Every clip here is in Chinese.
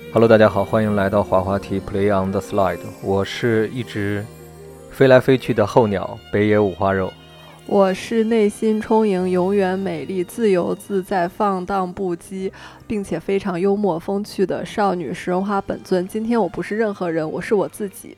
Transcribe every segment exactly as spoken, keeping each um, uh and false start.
Hello， 大家好，欢迎来到滑滑梯 Play on the Slide。我是一只飞来飞去的候鸟，北野五花肉。 我是内心充盈、永远美丽、自由自在、放荡不羁，并且非常幽默风趣的少女食人花本尊。今天我不是任何人，我是我自己。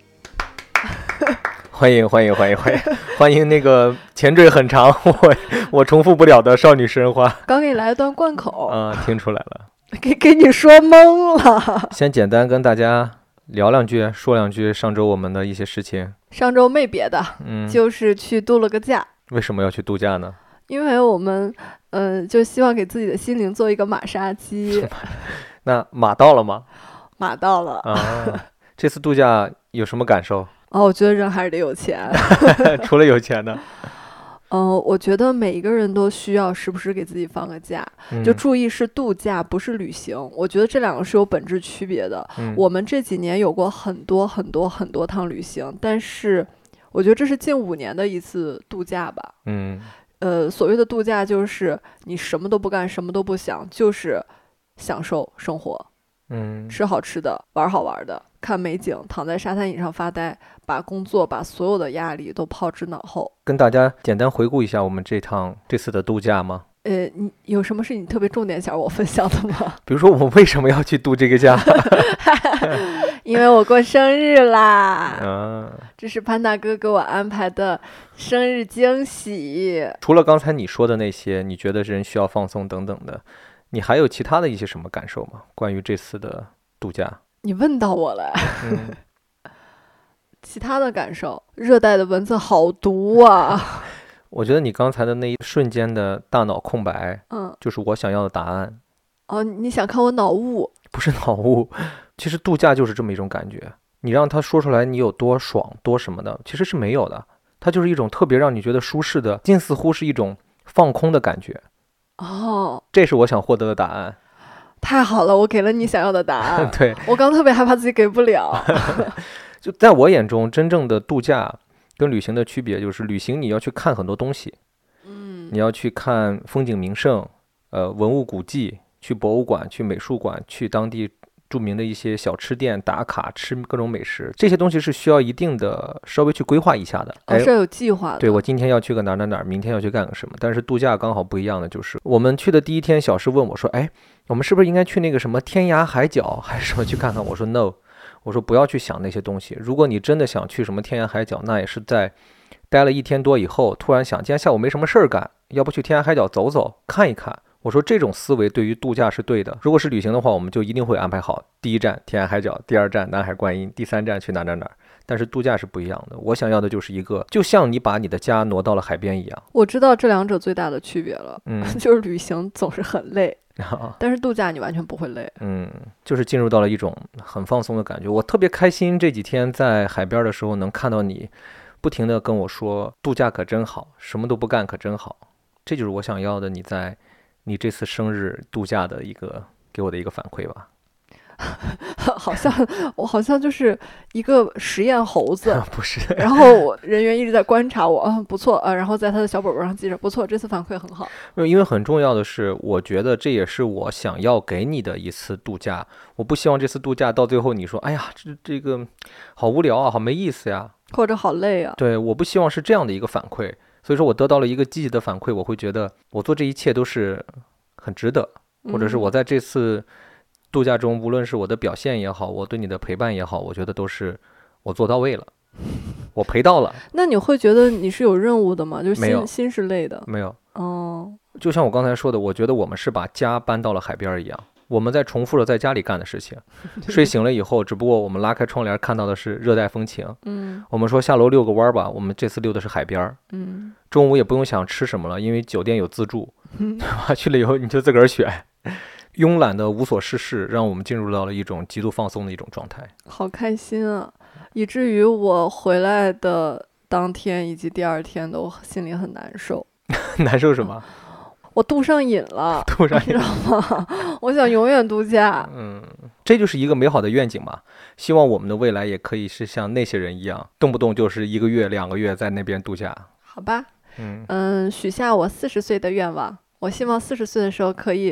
欢迎欢迎欢迎欢迎欢迎那个前缀很长，我我重复不了的少女食人花。 刚给你来一段贯口啊、嗯，听出来了。 给给你说懵了。 先简单跟大家聊两句，说两句上周我们的一些事情。 上周没别的， 嗯， 就是去度了个假。 为什么要去度假呢？ 因为我们，嗯、呃，就希望给自己的心灵做一个马杀鸡。 那马到了吗？ 马到了啊。这次度假有什么感受？ 哦，我觉得人还是得有钱。 除了有钱呢？ 嗯、呃，我觉得每一个人都需要时不时给自己放个假， 嗯、 就注意是度假不是旅行，我觉得这两个是有本质区别的、 嗯、 我们这几年有过很多很多很多趟旅行，但是我觉得这是近五年的一次度假吧。 嗯， 呃，所谓的度假就是你什么都不干，什么都不想，就是享受生活， 嗯， 吃好吃的，玩好玩的，看美景，躺在沙滩椅上发呆，把工作把所有的压力都抛之脑后。 跟大家简单回顾一下我们这趟这次的度假吗？ 呃，你有什么是你特别重点想我分享的吗？ 比如说我们为什么要去度这个假？ 因为我过生日啦、 嗯、 这是潘大哥给我安排的生日惊喜。 除了刚才你说的那些你觉得人需要放松等等的，你还有其他的一些什么感受吗？关于这次的度假？ 你问到我了。 嗯， 其他的感受，热带的蚊子好毒啊。 我觉得你刚才的那一瞬间的大脑空白， 嗯， 就是我想要的答案。 哦，你想看我脑雾？ 不是脑雾，其实度假就是这么一种感觉，你让他说出来你有多爽多什么的，其实是没有的，它就是一种特别让你觉得舒适的，近似乎是一种放空的感觉。 哦， 这是我想获得的答案。 太好了，我给了你想要的答案。 对， 我刚特别害怕自己给不了。 就在我眼中，真正的度假跟旅行的区别就是旅行你要去看很多东西， 嗯， 你要去看风景名胜，呃，文物古迹，去博物馆，去美术馆，去当地著名的一些小吃店打卡吃各种美食，这些东西是需要一定的稍微去规划一下的。 哦，是要有计划的。 对，我今天要去个哪哪哪，明天要去干个什么。但是度假刚好不一样的就是，我们去的第一天，小石问我说：“哎，我们是不是应该去那个什么天涯海角还是什么去看看？”我说 ：“No。”我说不要去想那些东西。如果你真的想去什么天涯海角，那也是在待了一天多以后，突然想今天下午没什么事儿干，要不去天涯海角走走看一看。我说这种思维对于度假是对的。如果是旅行的话，我们就一定会安排好第一站天涯海角，第二站南海观音，第三站去哪哪哪。但是度假是不一样的，我想要的就是一个就像你把你的家挪到了海边一样。 我知道这两者最大的区别了， 嗯， 就是旅行总是很累，但是度假你完全不会累。 嗯，就是进入到了一种很放松的感觉。我特别开心这几天在海边的时候能看到你不停地跟我说度假可真好，什么都不干可真好。这就是我想要的，你在你这次生日度假的一个给我的一个反馈吧。 好像我好像就是一个实验猴子。 不是， 然后我人员一直在观察我，啊，不错啊，然后在他的小本本上记着，不错，这次反馈很好。 因为很重要的是，我觉得这也是我想要给你的一次度假。我不希望这次度假到最后你说，哎呀，这这个好无聊啊，好没意思呀， 或者好累啊。 对，我不希望是这样的一个反馈。所以说我得到了一个积极的反馈，我会觉得我做这一切都是很值得，或者是我在这次度假中，无论是我的表现也好，我对你的陪伴也好，我觉得都是我做到位了，我陪到了。 那你会觉得你是有任务的吗？就是没有， 心心是累的。 没有。 哦， 就像我刚才说的，我觉得我们是把家搬到了海边一样，我们在重复着在家里干的事情。睡醒了以后，只不过我们拉开窗帘看到的是热带风情。 嗯， 我们说下楼遛个弯吧，我们这次遛的是海边。 嗯， 中午也不用想吃什么了，因为酒店有自助， 嗯， 对吧？去了以后你就自个儿选。慵懒的无所事事，让我们进入到了一种极度放松的一种状态。 好开心啊！以至于我回来的当天以及第二天都心里很难受。 难受什么？ 我度上瘾了， 度上瘾， 你知道吗？我想永远度假。 嗯，这就是一个美好的愿景嘛。希望我们的未来也可以是像那些人一样，动不动就是一个月、两个月在那边度假。 好吧， 嗯嗯，许下我四十岁的愿望。我希望四十岁的时候可以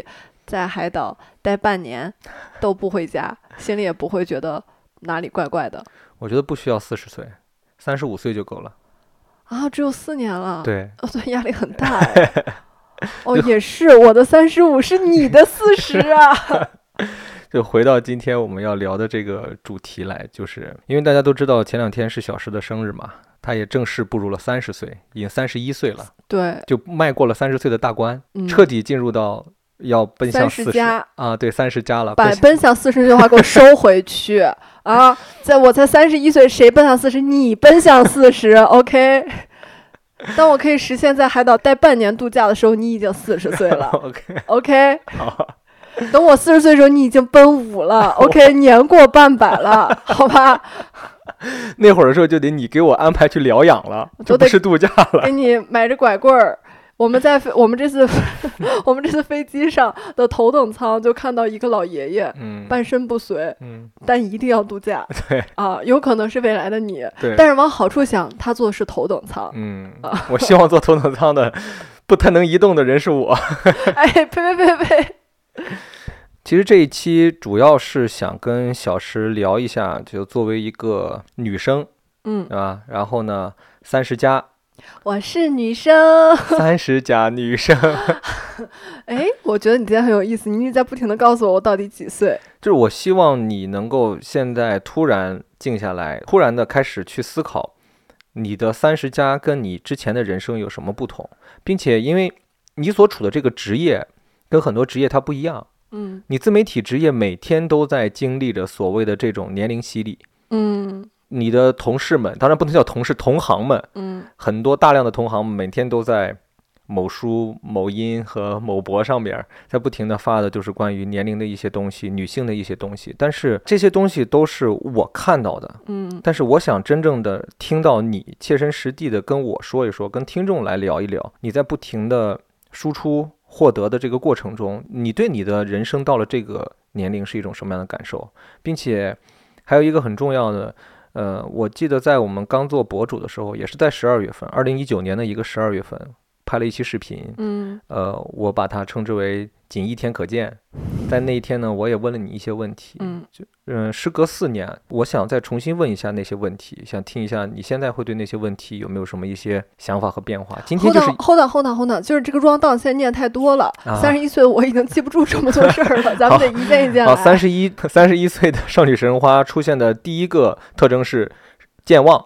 在海岛待半年都不回家，心里也不会觉得哪里怪怪的？ 我觉得不需要四十岁，三十五岁就够了。 啊，只有四年了。 对， 哦，对，压力很大哎。哦，也是，我的三十五是你的四十啊。 就回到今天我们要聊的这个主题来，就是因为大家都知道前两天是小石的生日嘛，他也正式步入了三十岁，已经三十一岁了。 对， 就迈过了三十岁的大关， 嗯、 彻底进入到要奔向四十加啊，对，三十加了。 把奔向四十这句话给我收回去啊！在我才三十一岁，谁奔向四十？你奔向四十 ，OK。当我可以实现在海岛待半年度假的时候，你已经四十岁了。 OK OK。 好。 等我四十岁的时候，你已经奔五了。OK， 年过半百了，好吧。 那会儿的时候就得你给我安排去疗养了，就不是度假了。 给你买着拐棍儿。我们在我们这次我们这次飞机上的头等舱就看到一个老爷爷， 嗯， 半身不遂， 嗯， 但一定要度假。 对啊，有可能是未来的你。 对， 但是往好处想，他坐的是头等舱。 嗯，啊、我希望坐头等舱的不太能移动的人是我。 哎，呸呸呸呸！ 其实这一期主要是想跟小石聊一下，就作为一个女生， 嗯啊，然后呢，三十加， 我是女生， 三十加女生。 哎，我觉得你今天很有意思，你一直在不停的告诉我我到底几岁。 就是我希望你能够现在突然静下来，突然的开始去思考，你的三十加跟你之前的人生有什么不同，并且因为你所处的这个职业跟很多职业它不一样。 嗯， 你自媒体职业每天都在经历着所谓的这种年龄洗礼。 嗯， 你的同事们，当然不能叫同事，同行们， 嗯， 很多大量的同行每天都在某书、某音和某博上面在不停的发的就是关于年龄的一些东西，女性的一些东西。但是这些东西都是我看到的， 嗯， 但是我想真正的听到你切身实地的跟我说一说，跟听众来聊一聊，你在不停的输出获得的这个过程中，你对你的人生到了这个年龄是一种什么样的感受，并且还有一个很重要的，呃，我记得在我们刚做博主的时候，也是在十二月份，二零一九年的一个十二月份拍了一期视频， 嗯， 呃，我把它称之为仅一天可见。在那一天呢，我也问了你一些问题， 嗯， 就嗯，时隔四年，我想再重新问一下那些问题，想听一下你现在会对那些问题有没有什么一些想法和变化。今天就是 hold on hold on hold on， 就是这个 round down 现在念太多了，三十一岁的我已经记不住这么多事儿了，咱们得一件一件来。 好，三十一三十一岁的少女食人花出现的第一个特征是健忘。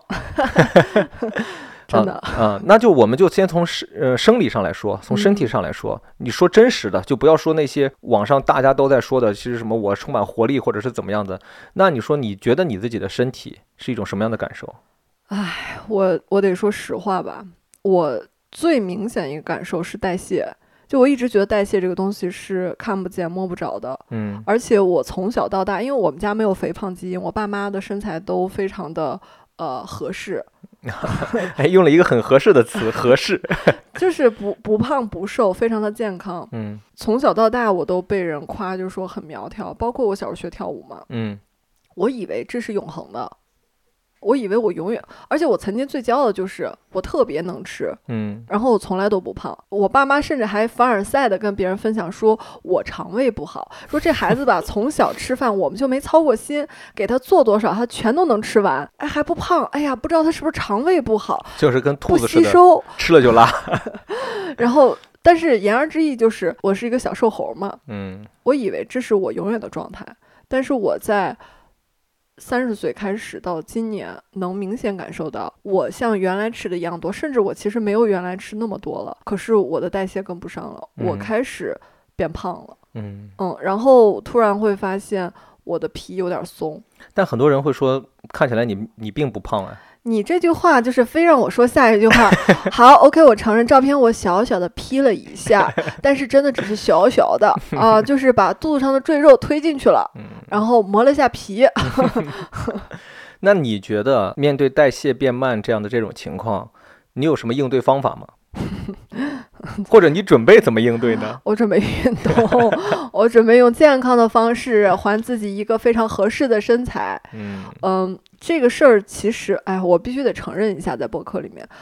真的啊、呃，那就我们就先从生呃生理上来说，从身体上来说，嗯、你说真实的，就不要说那些网上大家都在说的，其实什么我充满活力或者是怎么样的。那你说你觉得你自己的身体是一种什么样的感受？ 哎，我我得说实话吧，我最明显一个感受是代谢。就我一直觉得代谢这个东西是看不见摸不着的， 嗯， 而且我从小到大，因为我们家没有肥胖基因，我爸妈的身材都非常的呃合适。 哎，用了一个很合适的词，合适， 就是不不胖不瘦，非常的健康。 嗯， 从小到大我都被人夸，就是说很苗条。包括我小时候学跳舞嘛， 嗯， 我以为这是永恒的，我以为我永远，而且我曾经最骄傲的就是我特别能吃， 嗯， 然后我从来都不胖。我爸妈甚至还凡尔赛的跟别人分享说我肠胃不好，说这孩子吧从小吃饭我们就没操过心，给他做多少他全都能吃完，哎还不胖，哎呀不知道他是不是肠胃不好， 就是跟兔子似的， 不吸收， 吃了就拉。 然后但是言而之意就是我是一个小瘦猴嘛， 嗯， 我以为这是我永远的状态，但是我在三十岁开始到今年能明显感受到我像原来吃的一样多，甚至我其实没有原来吃那么多了，可是我的代谢跟不上了， 嗯、 我开始变胖了。 嗯嗯，然后突然会发现我的皮有点松。 但很多人会说看起来你你并不胖啊。 你这句话就是非让我说下一句话。好 OK， 我承认照片我小小的 P 了一下，但是真的只是小小的啊、呃，就是把肚子上的赘肉推进去了，然后磨了一下皮。 那你觉得面对代谢变慢这样的这种情况，你有什么应对方法吗？或者你准备怎么应对呢？ 我准备运动，我准备用健康的方式还自己一个非常合适的身材。 嗯嗯，这个事儿其实，哎，我必须得承认一下，在播客里面，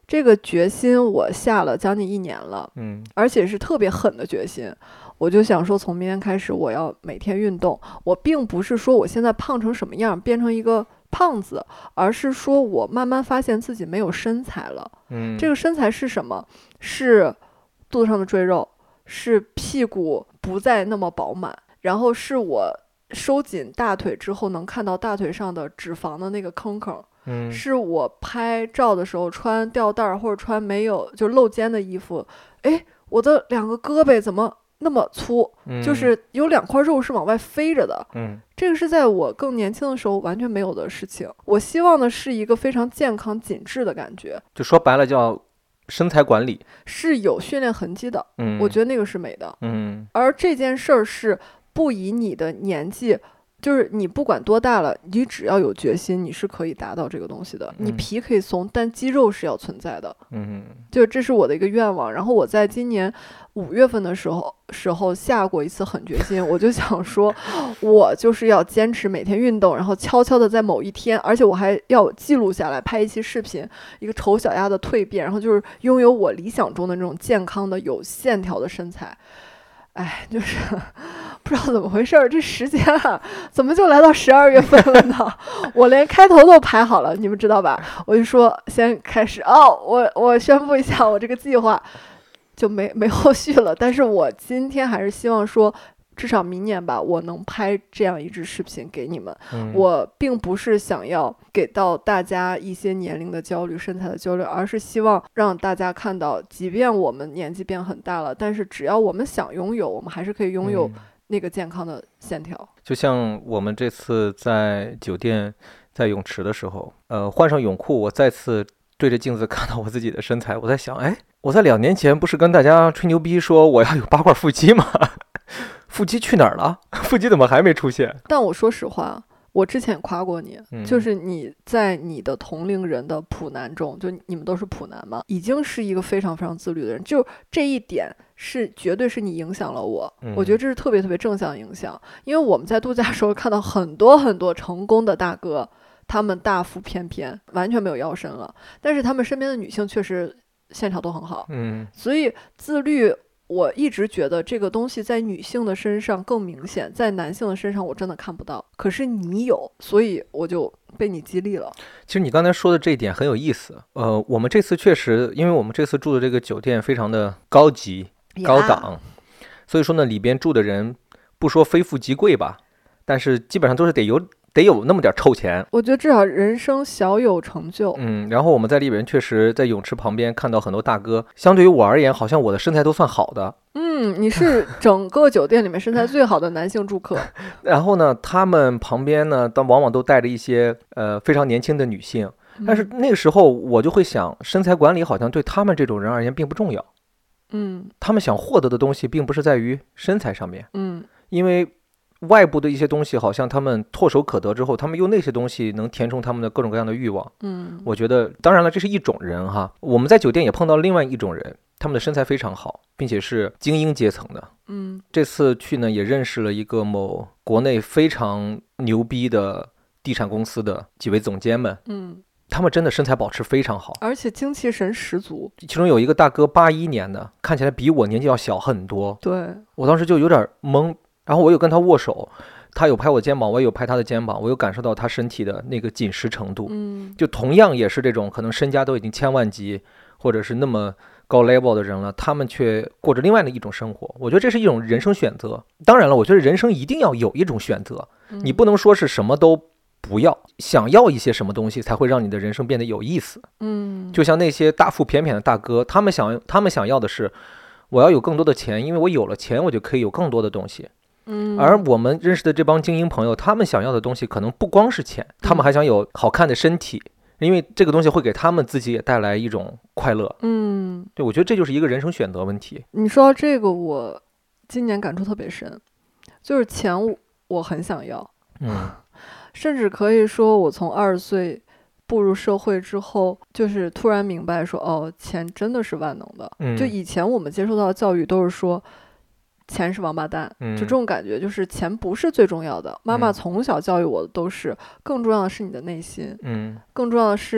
这个决心我下了将近一年了， 嗯， 而且是特别狠的决心。我就想说，从明天开始我要每天运动。我并不是说我现在胖成什么样，变成一个胖子，而是说我慢慢发现自己没有身材了。 嗯， 这个身材是什么？是肚子上的赘肉，是屁股不再那么饱满，然后是我收紧大腿之后能看到大腿上的脂肪的那个坑坑。 嗯， 是我拍照的时候穿吊带儿或者穿没有就露肩的衣服，哎，我的两个胳膊怎么那么粗？ 嗯， 就是有两块肉是往外飞着的。 嗯， 这个是在我更年轻的时候完全没有的事情。我希望的是一个非常健康紧致的感觉， 就说白了叫身材管理， 是有训练痕迹的。 嗯， 我觉得那个是美的。 嗯， 而这件事儿是不以你的年纪。就是你不管多大了，你只要有决心，你是可以达到这个东西的。你皮可以松，但肌肉是要存在的。 嗯， 就这是我的一个愿望。然后我在今年五月份的时候时候下过一次狠决心，我就想说，我就是要坚持每天运动，然后悄悄的在某一天，而且我还要记录下来，拍一期视频，一个丑小鸭的蜕变，然后就是拥有我理想中的那种健康的、有线条的身材。哎，就是不知道怎么回事儿，这时间啊，怎么就来到十二月份了呢？我连开头都排好了，你们知道吧？我就说先开始哦，我我宣布一下我这个计划，就没没后续了。但是我今天还是希望说，至少明年吧，我能拍这样一支视频给你们。 嗯， 我并不是想要给到大家一些年龄的焦虑、身材的焦虑，而是希望让大家看到，即便我们年纪变很大了，但是只要我们想拥有，我们还是可以拥有那个健康的线条。 嗯，就像我们这次在酒店在泳池的时候，呃，换上泳裤，我再次对着镜子看到我自己的身材，我在想，哎，我在两年前不是跟大家吹牛逼说我要有八块腹肌吗？腹肌去哪儿了？腹肌怎么还没出现？ 但我说实话，我之前也夸过你， 嗯， 就是你在你的同龄人的普男中，就你们都是普男嘛，已经是一个非常非常自律的人，就这一点是绝对是你影响了我。 嗯， 我觉得这是特别特别正向的影响，因为我们在度假的时候看到很多很多成功的大哥，他们大腹翩翩，完全没有腰身了，但是他们身边的女性确实线条都很好。 嗯， 所以自律。我一直觉得这个东西在女性的身上更明显，在男性的身上我真的看不到。可是你有，所以我就被你激励了。 其实你刚才说的这一点很有意思。呃，我们这次确实，因为我们这次住的这个酒店非常的高级、高档，所以说呢，里边住的人不说非富即贵吧，但是基本上都是得有。得有那么点臭钱， 我觉得至少人生小有成就。 嗯，然后我们在里边确实在泳池旁边看到很多大哥，相对于我而言，好像我的身材都算好的。 嗯，你是整个酒店里面身材最好的男性住客。 然后呢，他们旁边呢，但往往都带着一些呃非常年轻的女性，但是那个时候我就会想，身材管理好像对他们这种人而言并不重要。 嗯， 他们想获得的东西并不是在于身材上面。 嗯， 因为外部的一些东西好像他们唾手可得之后，他们用那些东西能填充他们的各种各样的欲望。 嗯， 我觉得当然了，这是一种人哈。我们在酒店也碰到另外一种人，他们的身材非常好，并且是精英阶层的。 嗯， 这次去呢也认识了一个某国内非常牛逼的地产公司的几位总监们。 嗯， 他们真的身材保持非常好， 而且精气神十足。 其中有一个大哥八一年的，看起来比我年纪要小很多。 对， 我当时就有点懵。然后我有跟他握手，他有拍我肩膀，我也有拍他的肩膀，我有感受到他身体的那个紧实程度。 嗯， 就同样也是这种可能身家都已经千万级，或者是那么高 level 的人了，他们却过着另外的一种生活。我觉得这是一种人生选择。当然了，我觉得人生一定要有一种选择，你不能说是什么都不要，想要一些什么东西才会让你的人生变得有意思。 嗯， 就像那些大腹便便的大哥，他们想他们想要的是，我要有更多的钱，因为我有了钱，我就可以有更多的东西。 嗯， 而我们认识的这帮精英朋友，他们想要的东西可能不光是钱，他们还想有好看的身体，因为这个东西会给他们自己也带来一种快乐。 嗯， 对，我觉得这就是一个人生选择问题。 你说到这个，我今年感触特别深，就是钱我很想要， 嗯， 甚至可以说我从二十岁步入社会之后，就是突然明白说，哦，钱真的是万能的。 嗯， 就以前我们接受到的教育都是说钱是王八蛋， 嗯， 就这种感觉，就是钱不是最重要的。妈妈从小教育我的都是，更重要的是你的内心， 嗯， 更重要的是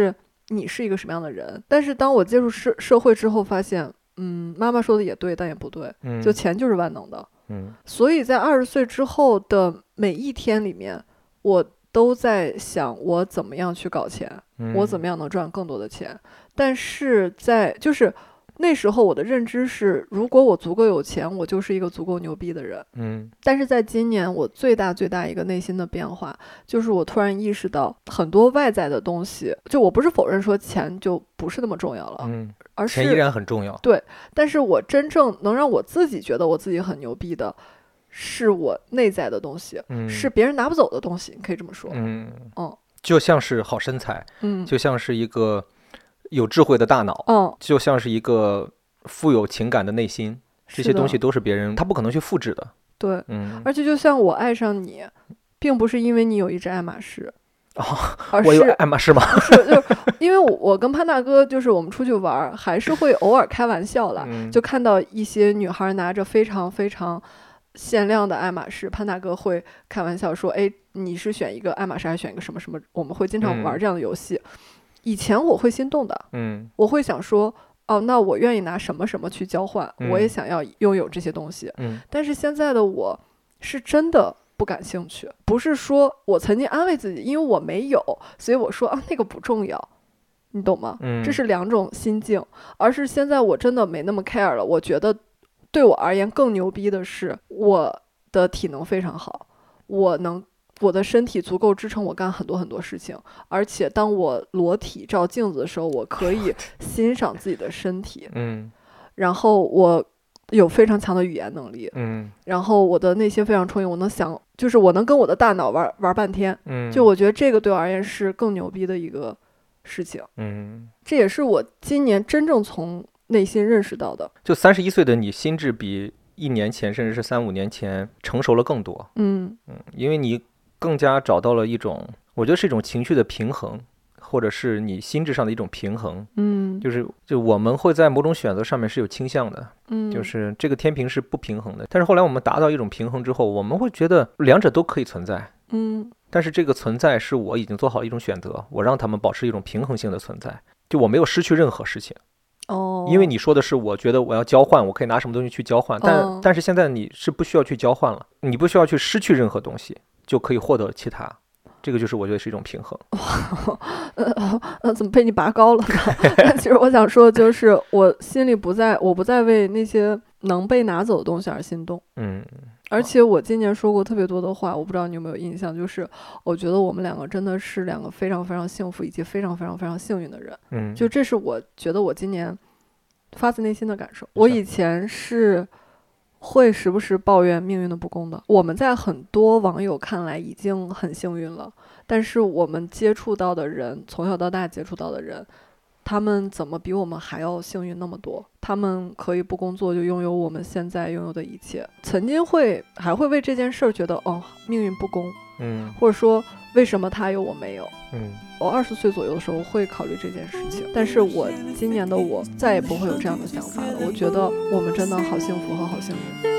你是一个什么样的人。但是当我接触社社会之后发现，嗯，妈妈说的也对，但也不对， 嗯， 就钱就是万能的。 嗯， 所以在二十岁之后的每一天里面，我都在想我怎么样去搞钱， 嗯， 我怎么样能赚更多的钱。但是在就是那时候我的认知是，如果我足够有钱，我就是一个足够牛逼的人。 嗯， 但是在今年，我最大最大一个内心的变化，就是我突然意识到很多外在的东西，就我不是否认说钱就不是那么重要了， 嗯， 而是钱依然很重要。 对，但是我真正能让我自己觉得我自己很牛逼的，是我内在的东西， 嗯， 是别人拿不走的东西，你可以这么说。 嗯嗯， 就像是好身材， 嗯， 就像是一个有智慧的大脑， 嗯， 就像是一个富有情感的内心，这些东西都是别人他不可能去复制的。 对， 嗯， 而且就像我爱上你，并不是因为你有一只爱马仕。 哦， 而是我有爱马仕吗？ 不是，就是因为我我跟潘大哥，就是我们出去玩，还是会偶尔开玩笑啦， 嗯， 就看到一些女孩拿着非常非常限量的爱马仕，潘大哥会开玩笑说：“哎，你是选一个爱马仕还是选一个什么什么？”我们会经常玩这样的游戏。嗯，以前我会心动的， 嗯， 我会想说，哦，那我愿意拿什么什么去交换， 嗯， 我也想要拥有这些东西。 嗯， 但是现在的我是真的不感兴趣，不是说我曾经安慰自己，因为我没有，所以我说啊那个不重要，你懂吗？ 嗯， 这是两种心境，而是现在我真的没那么 care 了。我觉得对我而言更牛逼的是我的体能非常好，我能。我的身体足够支撑我干很多很多事情，而且当我裸体照镜子的时候，我可以欣赏自己的身体。 嗯， 然后我有非常强的语言能力。 嗯， 然后我的内心非常充盈，我能想，就是我能跟我的大脑玩玩半天。 嗯， 就我觉得这个对我而言是更牛逼的一个事情。 嗯， 这也是我今年真正从内心认识到的。 就三十一岁的你，心智比一年前甚至是三五年前成熟了更多。 嗯嗯，因为你更加找到了一种，我觉得是一种情绪的平衡，或者是你心智上的一种平衡。 嗯， 就是就我们会在某种选择上面是有倾向的， 嗯， 就是这个天平是不平衡的。但是后来我们达到一种平衡之后，我们会觉得两者都可以存在。 嗯， 但是这个存在是我已经做好一种选择，我让他们保持一种平衡性的存在，就我没有失去任何事情。 哦， 因为你说的是，我觉得我要交换，我可以拿什么东西去交换，但、 哦、 但是现在你是不需要去交换了，你不需要去失去任何东西，就可以获得其他。这个就是我觉得是一种平衡。 呃呃，怎么被你拔高了呢？其实我想说的就是，我心里不再，我不再为那些能被拿走的东西而心动。 嗯， 而且我今年说过特别多的话，我不知道你有没有印象，就是我觉得我们两个真的是两个非常非常幸福以及非常非常非常幸运的人。 嗯， 就这是我觉得我今年发自内心的感受。我以前是会时不时抱怨命运的不公的。我们在很多网友看来已经很幸运了，但是我们接触到的人，从小到大接触到的人，他们怎么比我们还要幸运那么多？他们可以不工作就拥有我们现在拥有的一切。曾经会还会为这件事儿觉得哦，命运不公， 嗯， 或者说为什么他有我没有？ 嗯， 我二十岁左右的时候会考虑这件事情，但是我今年的我再也不会有这样的想法了。我觉得我们真的好幸福和好幸运。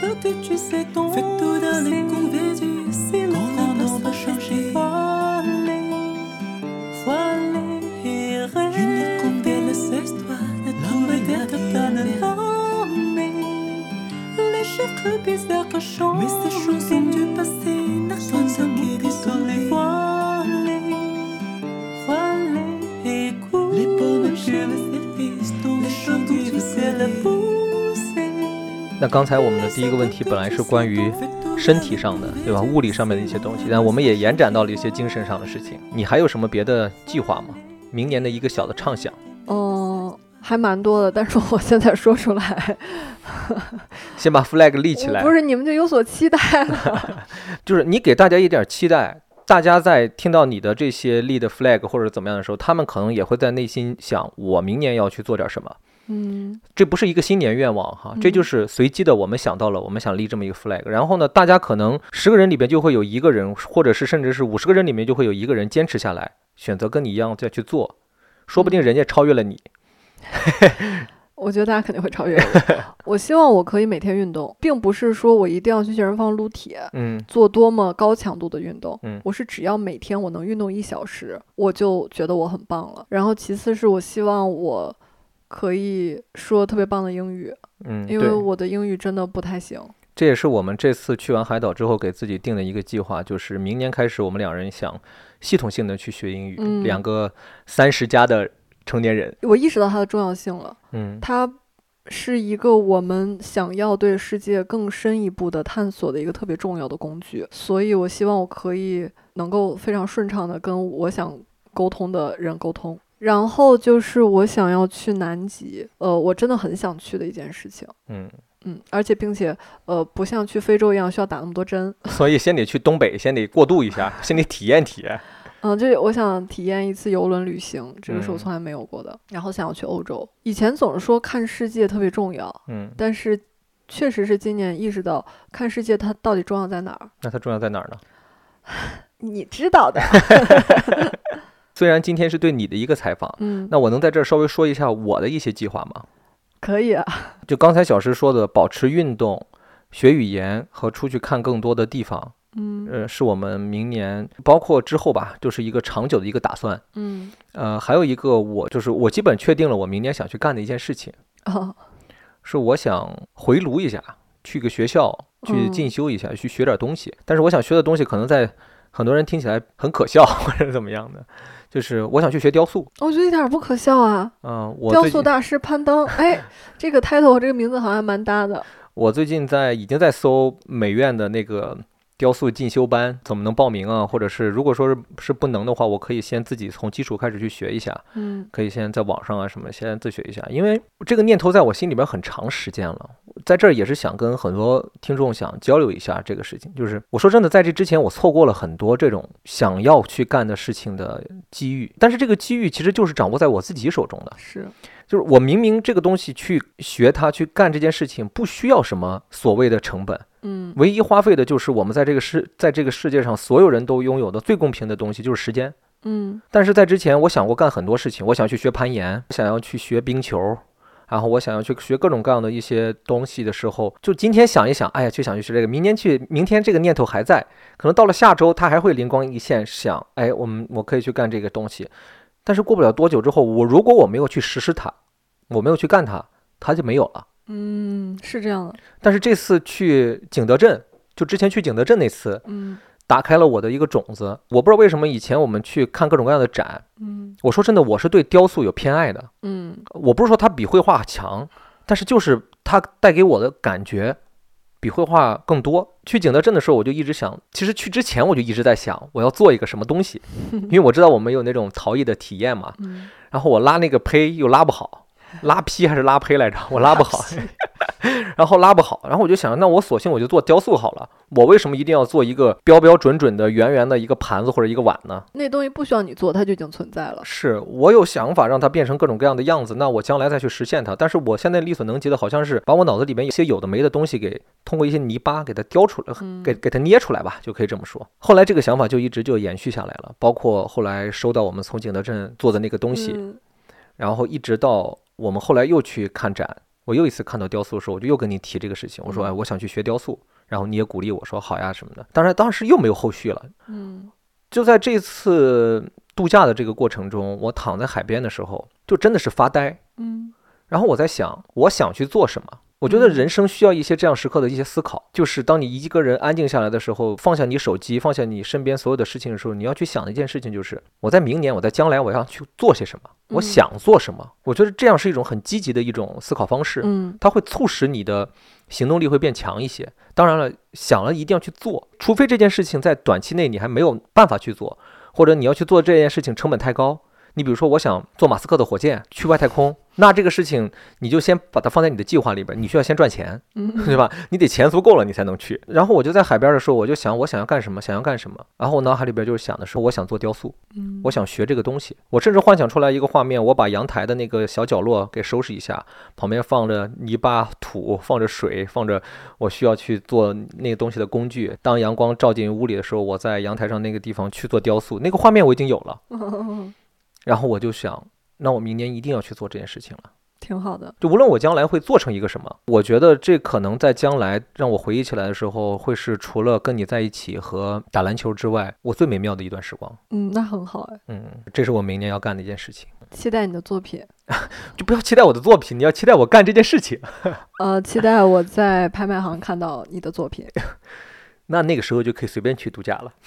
那刚才我们的第一个问题本来是关于身体上的，对吧？物理上面的一些东西，但我们也延展到了一些精神上的事情。你还有什么别的计划吗？明年的一个小的畅想？ 嗯，还蛮多的，但是我现在说出来， 先把 flag 立起来。 不是，你们就有所期待了。 就是你给大家一点期待，大家在听到你的这些立的 flag 或者怎么样的时候，他们可能也会在内心想，我明年要去做点什么。 嗯， 这不是一个新年愿望哈，这就是随机的，我们想到了，我们想立这么一个 flag，然后呢，大家可能十个人里边就会有一个人，或者是甚至是五十个人里面就会有一个人坚持下来，选择跟你一样再去做，说不定人家超越了你。 我觉得大家肯定会超越我。我希望我可以每天运动，并不是说我一定要去健身房撸铁， 嗯， 做多么高强度的运动， 嗯， 我是只要每天我能运动一小时，我就觉得我很棒了。然后其次是我希望我可以说特别棒的英语， 嗯， 因为我的英语真的不太行。 这也是我们这次去完海岛之后给自己定的一个计划，就是明年开始我们两人想系统性的去学英语， 嗯、 两个三十加的成年人。 我意识到它的重要性了， 嗯， 它是一个我们想要对世界更深一步的探索的一个特别重要的工具，所以我希望我可以能够非常顺畅的跟我想沟通的人沟通。然后就是我想要去南极，呃，我真的很想去的一件事情。 嗯嗯，而且并且呃，不像去非洲一样需要打那么多针， 所以先得去东北，先得过渡一下，先得体验体验。 嗯，就是我想体验一次游轮旅行，这个是我从来没有过的。嗯、然后想要去欧洲，以前总是说看世界特别重要， 嗯， 但是确实是今年意识到看世界它到底重要在哪儿。 那它重要在哪儿呢？ 你知道的。 虽然今天是对你的一个采访， 嗯， 那我能在这儿稍微说一下我的一些计划吗？ 可以啊。 就刚才小石说的，保持运动、学语言和出去看更多的地方， 嗯， 呃，是我们明年包括之后吧，就是一个长久的一个打算。 嗯， 呃，还有一个我就是我基本确定了我明年想去干的一件事情， 哦， 是我想回炉一下，去个学校去进修一下，嗯、去学点东西。但是我想学的东西可能在很多人听起来很可笑或者怎么样的。就是我想去学雕塑， 我觉得一点不可笑啊。 嗯、呃，我雕塑大师攀登，哎，这个 title 和这个名字好像蛮搭的。 我最近在已经在搜美院的那个雕塑进修班，怎么能报名啊？或者是如果说是是不能的话，我可以先自己从基础开始去学一下， 嗯， 可以先在网上啊什么先自学一下，因为这个念头在我心里边很长时间了。在这儿也是想跟很多听众想交流一下这个事情，就是我说真的，在这之前我错过了很多这种想要去干的事情的机遇，但是这个机遇其实就是掌握在我自己手中的， 是， 就是我明明这个东西去学它去干这件事情不需要什么所谓的成本， 嗯， 唯一花费的就是我们在这个世在这个世界上所有人都拥有的最公平的东西就是时间， 嗯， 但是在之前我想过干很多事情，我想去学攀岩，想要去学冰球，然后我想要去学各种各样的一些东西的时候，就今天想一想，哎呀，就想去学这个，明年去，明天这个念头还在，可能到了下周它还会灵光一现，想，哎，我们我可以去干这个东西，但是过不了多久之后，我如果我没有去实施它，我没有去干它，它就没有了。 嗯，是这样的。 但是这次去景德镇，就之前去景德镇那次， 嗯， 打开了我的一个种子。我不知道为什么以前我们去看各种各样的展， 嗯， 我说真的，我是对雕塑有偏爱的。 嗯， 我不是说它比绘画强，但是就是它带给我的感觉比绘画更多。去景德镇的时候，我就一直想，其实去之前我就一直在想，我要做一个什么东西，因为我知道我们有那种陶艺的体验嘛。 嗯， 然后我拉那个胚又拉不好，拉坯还是拉胚来着？我拉不好。然后拉不好，然后我就想，那我索性我就做雕塑好了。我为什么一定要做一个标标准准的圆圆的一个盘子或者一个碗呢？ 那东西不需要你做，它就已经存在了。 是我有想法让它变成各种各样的样子，那我将来再去实现它。但是我现在力所能及的好像是把我脑子里面有些有的没的东西给通过一些泥巴给它雕出来， 嗯、 给给它捏出来吧，就可以这么说。后来这个想法就一直就延续下来了，包括后来收到我们从景德镇做的那个东西， 嗯、 然后一直到我们后来又去看展。我又一次看到雕塑的时候，我就又跟你提这个事情，我说，哎，我想去学雕塑，然后你也鼓励我说好呀什么的。当然，当时又没有后续了。 嗯， 就在这次度假的这个过程中，我躺在海边的时候，就真的是发呆。 嗯， 然后我在想，我想去做什么？我觉得人生需要一些这样时刻的一些思考，就是当你一个人安静下来的时候，放下你手机，放下你身边所有的事情的时候，你要去想的一件事情就是，我在明年，我在将来，我要去做些什么，我想做什么。我觉得这样是一种很积极的一种思考方式， 嗯， 它会促使你的行动力会变强一些。当然了，想了一定要去做，除非这件事情在短期内你还没有办法去做，或者你要去做这件事情成本太高。你比如说，我想做马斯克的火箭去外太空，那这个事情你就先把它放在你的计划里边，你需要先赚钱，对吧？你得钱足够了，你才能去。然后我就在海边的时候，我就想，我想要干什么，想要干什么。然后我脑海里边就是想的是，我想做雕塑，我想学这个东西。我甚至幻想出来一个画面，我把阳台的那个小角落给收拾一下，旁边放着泥巴、土，放着水，放着我需要去做那个东西的工具。当阳光照进屋里的时候，我在阳台上那个地方去做雕塑，那个画面我已经有了。然后我就想，那我明年一定要去做这件事情了。 挺好的。 就无论我将来会做成一个什么，我觉得这可能在将来让我回忆起来的时候，会是除了跟你在一起和打篮球之外，我最美妙的一段时光。 嗯，那很好哎。 嗯，这是我明年要干的一件事情。 期待你的作品。 就不要期待我的作品，你要期待我干这件事情。 呃，期待我在拍卖行看到你的作品。 那那个时候就可以随便去度假了。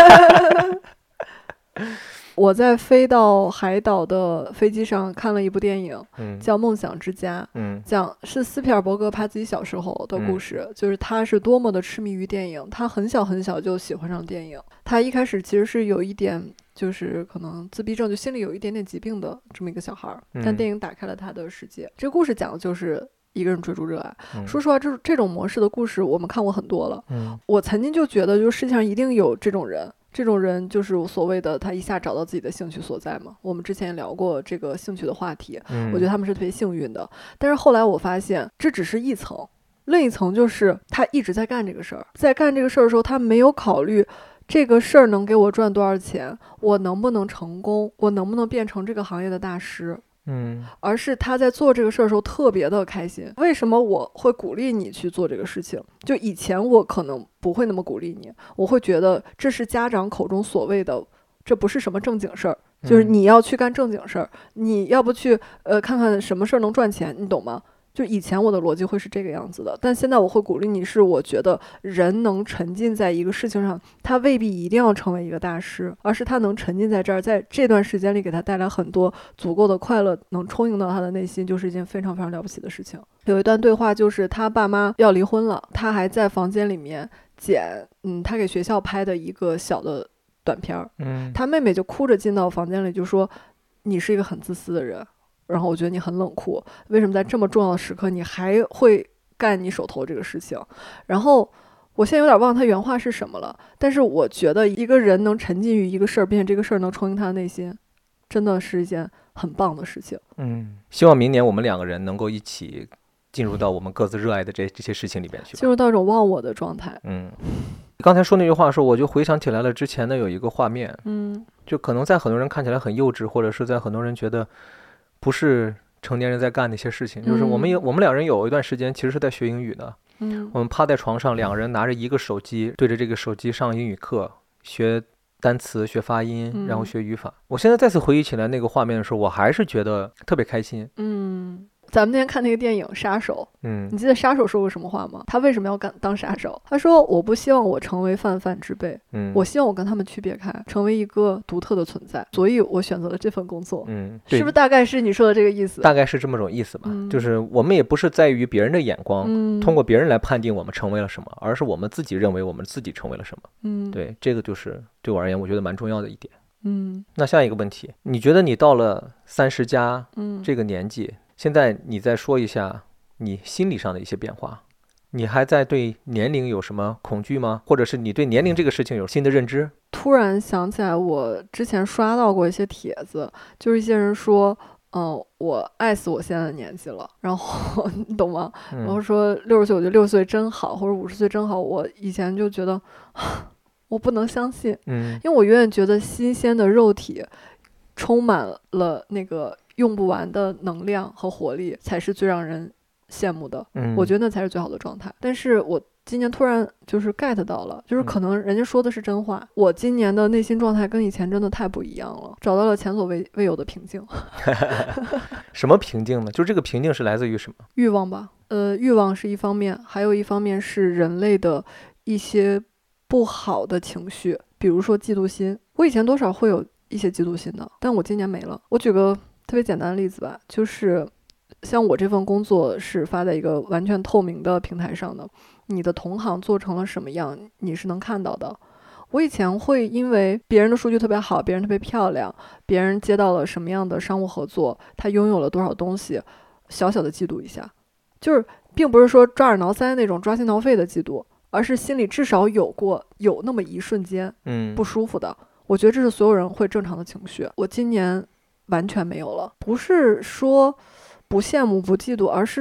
我在飞到海岛的飞机上看了一部电影， 嗯、 叫《梦想之家》， 嗯， 讲是斯皮尔伯格他自己小时候的故事，嗯、就是他是多么的痴迷于电影，他很小很小就喜欢上电影。他一开始其实是有一点就是可能自闭症，就心里有一点点疾病的这么一个小孩，嗯、但电影打开了他的世界。这个故事讲的就是一个人追逐热爱。嗯、说实话，这这种模式的故事我们看过很多了。嗯、我曾经就觉得，就世界上一定有这种人。这种人就是所谓的他一下找到自己的兴趣所在嘛。我们之前也聊过这个兴趣的话题，嗯、我觉得他们是特别幸运的。但是后来我发现这只是一层，另一层就是他一直在干这个事儿，在干这个事儿的时候，他没有考虑这个事儿能给我赚多少钱，我能不能成功，我能不能变成这个行业的大师。嗯，而是他在做这个事儿的时候特别的开心。为什么我会鼓励你去做这个事情？就以前我可能不会那么鼓励你，我会觉得这是家长口中所谓的这不是什么正经事儿，就是你要去干正经事儿，嗯、你要不去呃看看什么事儿能赚钱，你懂吗？就以前我的逻辑会是这个样子的，但现在我会鼓励你，是我觉得人能沉浸在一个事情上，他未必一定要成为一个大师，而是他能沉浸在这儿，在这段时间里给他带来很多足够的快乐，能充盈到他的内心，就是一件非常非常了不起的事情。有一段对话就是他爸妈要离婚了，他还在房间里面剪嗯他给学校拍的一个小的短片，嗯，他妹妹就哭着进到房间里就说你是一个很自私的人，然后我觉得你很冷酷，为什么在这么重要的时刻你还会干你手头这个事情？然后我现在有点忘他原话是什么了，但是我觉得一个人能沉浸于一个事儿，并且这个事儿能充盈他的内心，真的是一件很棒的事情。嗯， 希望明年我们两个人能够一起进入到我们各自热爱的这这些事情里边去， 进入到一种忘我的状态。 嗯，刚才说那句话的时候，我就回想起来了之前的有一个画面，嗯，就可能在很多人看起来很幼稚，或者是在很多人觉得不是成年人在干的一些事情，就是我们有、嗯、我们两人有一段时间其实是在学英语的，嗯，我们趴在床上，两个人拿着一个手机，对着这个手机上英语课，学单词，学发音，嗯、然后学语法。我现在再次回忆起来那个画面的时候，我还是觉得特别开心。 嗯。咱们那天看那个电影《杀手》，嗯，你记得杀手说过什么话吗？他为什么要干当杀手？他说：“我不希望我成为泛泛之辈，嗯，我希望我跟他们区别开，成为一个独特的存在，所以我选择了这份工作。”嗯，是不是大概是你说的这个意思？ 大概是这么种意思吧。嗯、就是我们也不是在于别人的眼光，嗯、通过别人来判定我们成为了什么，而是我们自己认为我们自己成为了什么。嗯，对，这个就是对我而言，我觉得蛮重要的一点。嗯，那下一个问题，你觉得你到了三十加这个年纪？嗯，现在你再说一下你心理上的一些变化，你还在对年龄有什么恐惧吗？或者是你对年龄这个事情有新的认知？ 突然想起来，我之前刷到过一些帖子，就是一些人说，嗯、呃，我爱死我现在的年纪了，然后你懂吗？嗯、然后说六十岁我觉得六十岁真好，或者五十岁真好。我以前就觉得我不能相信，嗯，因为我永远觉得新鲜的肉体充满了那个用不完的能量和活力才是最让人羡慕的，嗯，我觉得那才是最好的状态。但是我今年突然就是 get 到了，就是可能人家说的是真话，嗯、我今年的内心状态跟以前真的太不一样了，找到了前所未未有的平静。 什么平静呢？就是这个平静是来自于什么？ 欲望吧，呃，欲望是一方面，还有一方面是人类的一些不好的情绪，比如说嫉妒心。我以前多少会有一些嫉妒心的，但我今年没了。我举个特别简单的例子吧，就是像我这份工作是发在一个完全透明的平台上的，你的同行做成了什么样你是能看到的。我以前会因为别人的数据特别好，别人特别漂亮，别人接到了什么样的商务合作，他拥有了多少东西，小小的嫉妒一下，就是并不是说抓耳挠腮那种抓心挠肺的嫉妒，而是心里至少有过有那么一瞬间不舒服的，嗯，我觉得这是所有人会正常的情绪。我今年完全没有了，不是说不羡慕不嫉妒，而是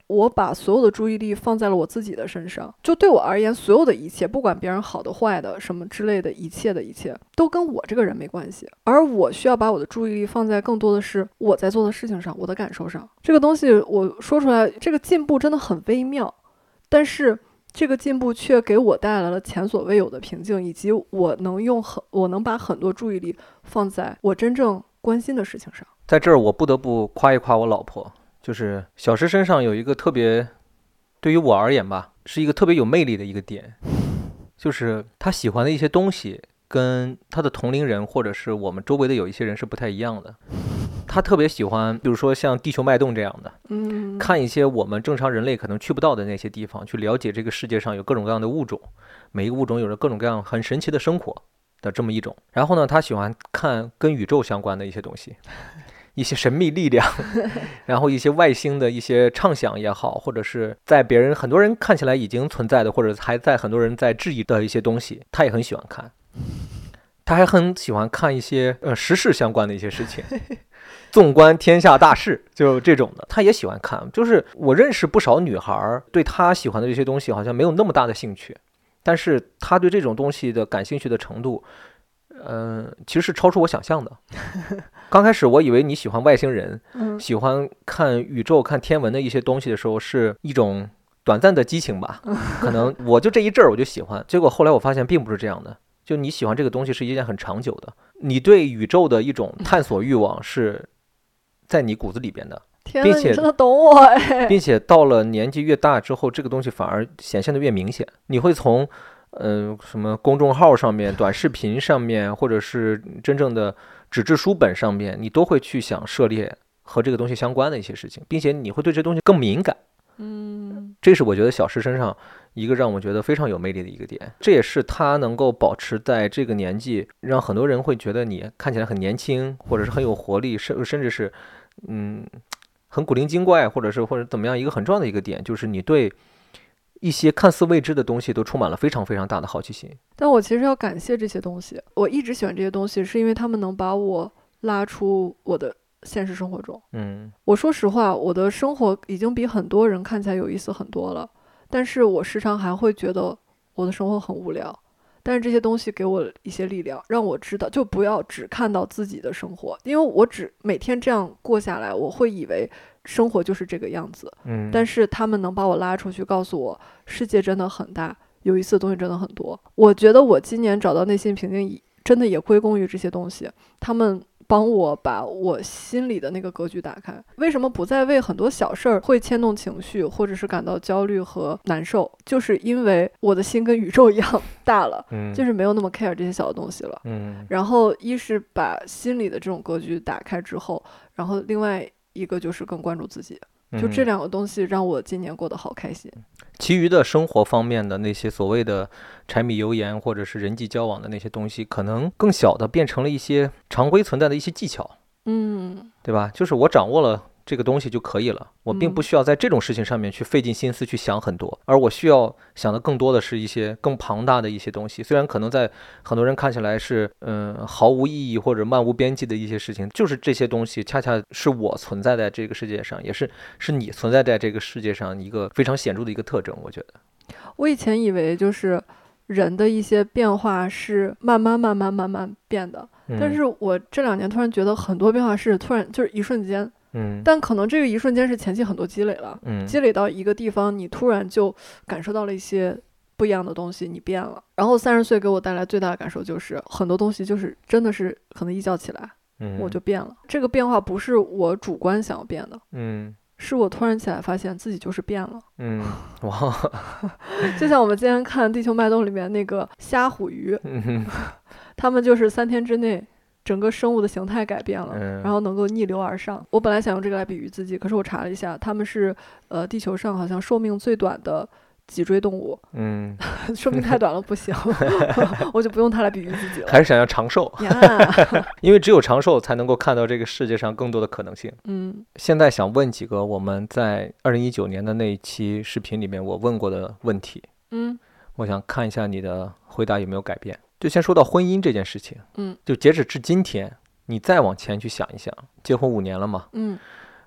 我把所有的注意力放在了我自己的身上，就对我而言，所有的一切，不管别人好的坏的什么之类的一切的一切，都跟我这个人没关系，而我需要把我的注意力放在更多的是我在做的事情上，我的感受上。这个东西我说出来，这个进步真的很微妙，但是这个进步却给我带来了前所未有的平静，以及我能用很我能把很多注意力放在我真正关心的事情上。 在这儿我不得不夸一夸我老婆，就是小石身上有一个特别，对于我而言吧，是一个特别有魅力的一个点，就是她喜欢的一些东西跟她的同龄人或者是我们周围的有一些人是不太一样的。她特别喜欢比如说像地球脉动这样的， 嗯， 看一些我们正常人类可能去不到的那些地方，去了解这个世界上有各种各样的物种，每一个物种有着各种各样很神奇的生活的这么一种。然后呢，她喜欢看跟宇宙相关的一些东西，一些神秘力量，然后一些外星的一些畅想也好，或者是在别人很多人看起来已经存在的，或者还在很多人在质疑的一些东西，他也很喜欢看。他还很喜欢看一些呃时事相关的一些事情，纵观天下大事，就这种的，他也喜欢看。就是我认识不少女孩，对他喜欢的这些东西好像没有那么大的兴趣，但是他对这种东西的感兴趣的程度，嗯、呃，其实是超出我想象的。刚开始我以为你喜欢外星人， 嗯， 喜欢看宇宙、看天文的一些东西的时候，是一种短暂的激情吧？可能我就这一阵儿我就喜欢，结果后来我发现并不是这样的。就你喜欢这个东西是一件很长久的，你对宇宙的一种探索欲望是在你骨子里边的。 天哪， 并且你真的懂我哎！ 并且到了年纪越大之后，这个东西反而显现的越明显。你会从呃什么公众号上面、短视频上面，或者是真正的纸质书本上面，你都会去想涉猎和这个东西相关的一些事情，并且你会对这东西更敏感。 嗯， 这是我觉得小石身上一个让我觉得非常有魅力的一个点，这也是他能够保持在这个年纪，让很多人会觉得你看起来很年轻，或者是很有活力，甚甚至是嗯很古灵精怪，或者是或者怎么样，一个很重要的一个点就是你对一些看似未知的东西都充满了非常非常大的好奇心。 但我其实要感谢这些东西，我一直喜欢这些东西，是因为他们能把我拉出我的现实生活中。 嗯， 我说实话，我的生活已经比很多人看起来有意思很多了，但是我时常还会觉得我的生活很无聊。但是这些东西给我一些力量，让我知道就不要只看到自己的生活，因为我只每天这样过下来，我会以为生活就是这个样子。 嗯， 但是他们能把我拉出去，告诉我世界真的很大，有意思的东西真的很多。我觉得我今年找到内心平静，真的也归功于这些东西，他们帮我把我心里的那个格局打开。为什么不再为很多小事儿会牵动情绪，或者是感到焦虑和难受？就是因为我的心跟宇宙一样大了， 嗯， 就是没有那么 care 这些小的东西了。 嗯， 然后一是把心里的这种格局打开之后，然后另外一个就是更关注自己。就这两个东西让我今年过得好开心。 其余的生活方面的那些所谓的柴米油盐或者是人际交往的那些东西，可能更小的变成了一些常规存在的一些技巧， 嗯， 对吧？就是我掌握了这个东西就可以了，我并不需要在这种事情上面去费尽心思去想很多，而我需要想的更多的是一些更庞大的一些东西。虽然可能在很多人看起来是嗯毫无意义或者漫无边际的一些事情，就是这些东西恰恰是我存在在这个世界上，也是是你存在在这个世界上一个非常显著的一个特征。我觉得我以前以为就是人的一些变化是慢慢慢慢慢慢变的， 嗯、 但是我这两年突然觉得很多变化是突然就是一瞬间。 嗯， 但可能这个一瞬间是前期很多积累了， 嗯， 积累到一个地方，你突然就感受到了一些不一样的东西，你变了。然后三十岁给我带来最大的感受就是很多东西就是真的是可能一觉起来， 嗯， 我就变了。这个变化不是我主观想要变的， 嗯， 是我突然起来发现自己就是变了。 嗯，哇， 就像我们今天看《地球脉动》里面那个虾虎鱼， 嗯， 他们就是三天之内整个生物的形态改变了， 嗯， 然后能够逆流而上。我本来想用这个来比喻自己，可是我查了一下，他们是呃地球上好像寿命最短的脊椎动物。 嗯， 寿命太短了不行，我就不用它来比喻自己了。 还是想要长寿呀， 因为只有长寿才能够看到这个世界上更多的可能性。 嗯， 现在想问几个我们在二零一九年的那一期视频里面我问过的问题， 嗯， 我想看一下你的回答有没有改变。就先说到婚姻这件事情， 嗯， 就截止至今天，你再往前去想一想，结婚五年了嘛， 嗯，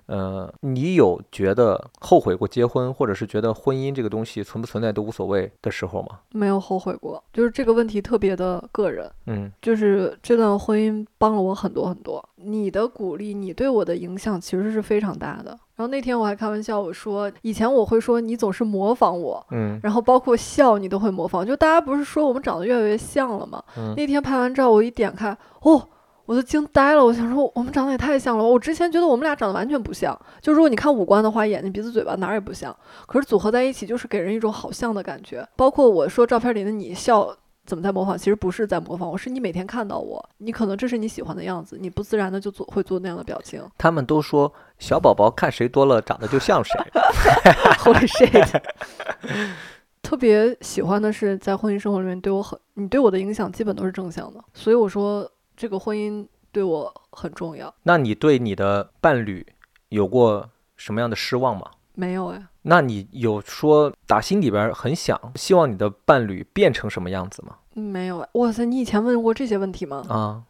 呃，你有觉得后悔过结婚，或者是觉得婚姻这个东西存不存在都无所谓的时候吗？ 没有后悔过，就是这个问题特别的个人。 嗯， 就是这段婚姻帮了我很多很多，你的鼓励，你对我的影响其实是非常大的。然后那天我还开玩笑，我说以前我会说你总是模仿我， 嗯， 然后包括笑你都会模仿，就大家不是说我们长得越来越像了吗？ 嗯， 那天拍完照我一点开，哦，我就惊呆了，我想说我们长得也太像了，我之前觉得我们俩长得完全不像，就如果你看五官的话，眼睛鼻子嘴巴哪儿也不像，可是组合在一起就是给人一种好像的感觉。包括我说照片里的你笑怎么在模仿，其实不是在模仿我，是你每天看到我，你可能这是你喜欢的样子，你不自然的就做会做那样的表情。 他们都说小宝宝看谁多了长得就像谁 Holy shit 特别喜欢的是在婚姻生活里面对我很，你对我的影响基本都是正向的，所以我说这个婚姻对我很重要。 那你对你的伴侣有过什么样的失望吗？ 没有哎。 那你有说打心里边很想希望你的伴侣变成什么样子吗？ 没有哎。哇塞，你以前问过这些问题吗？ 啊，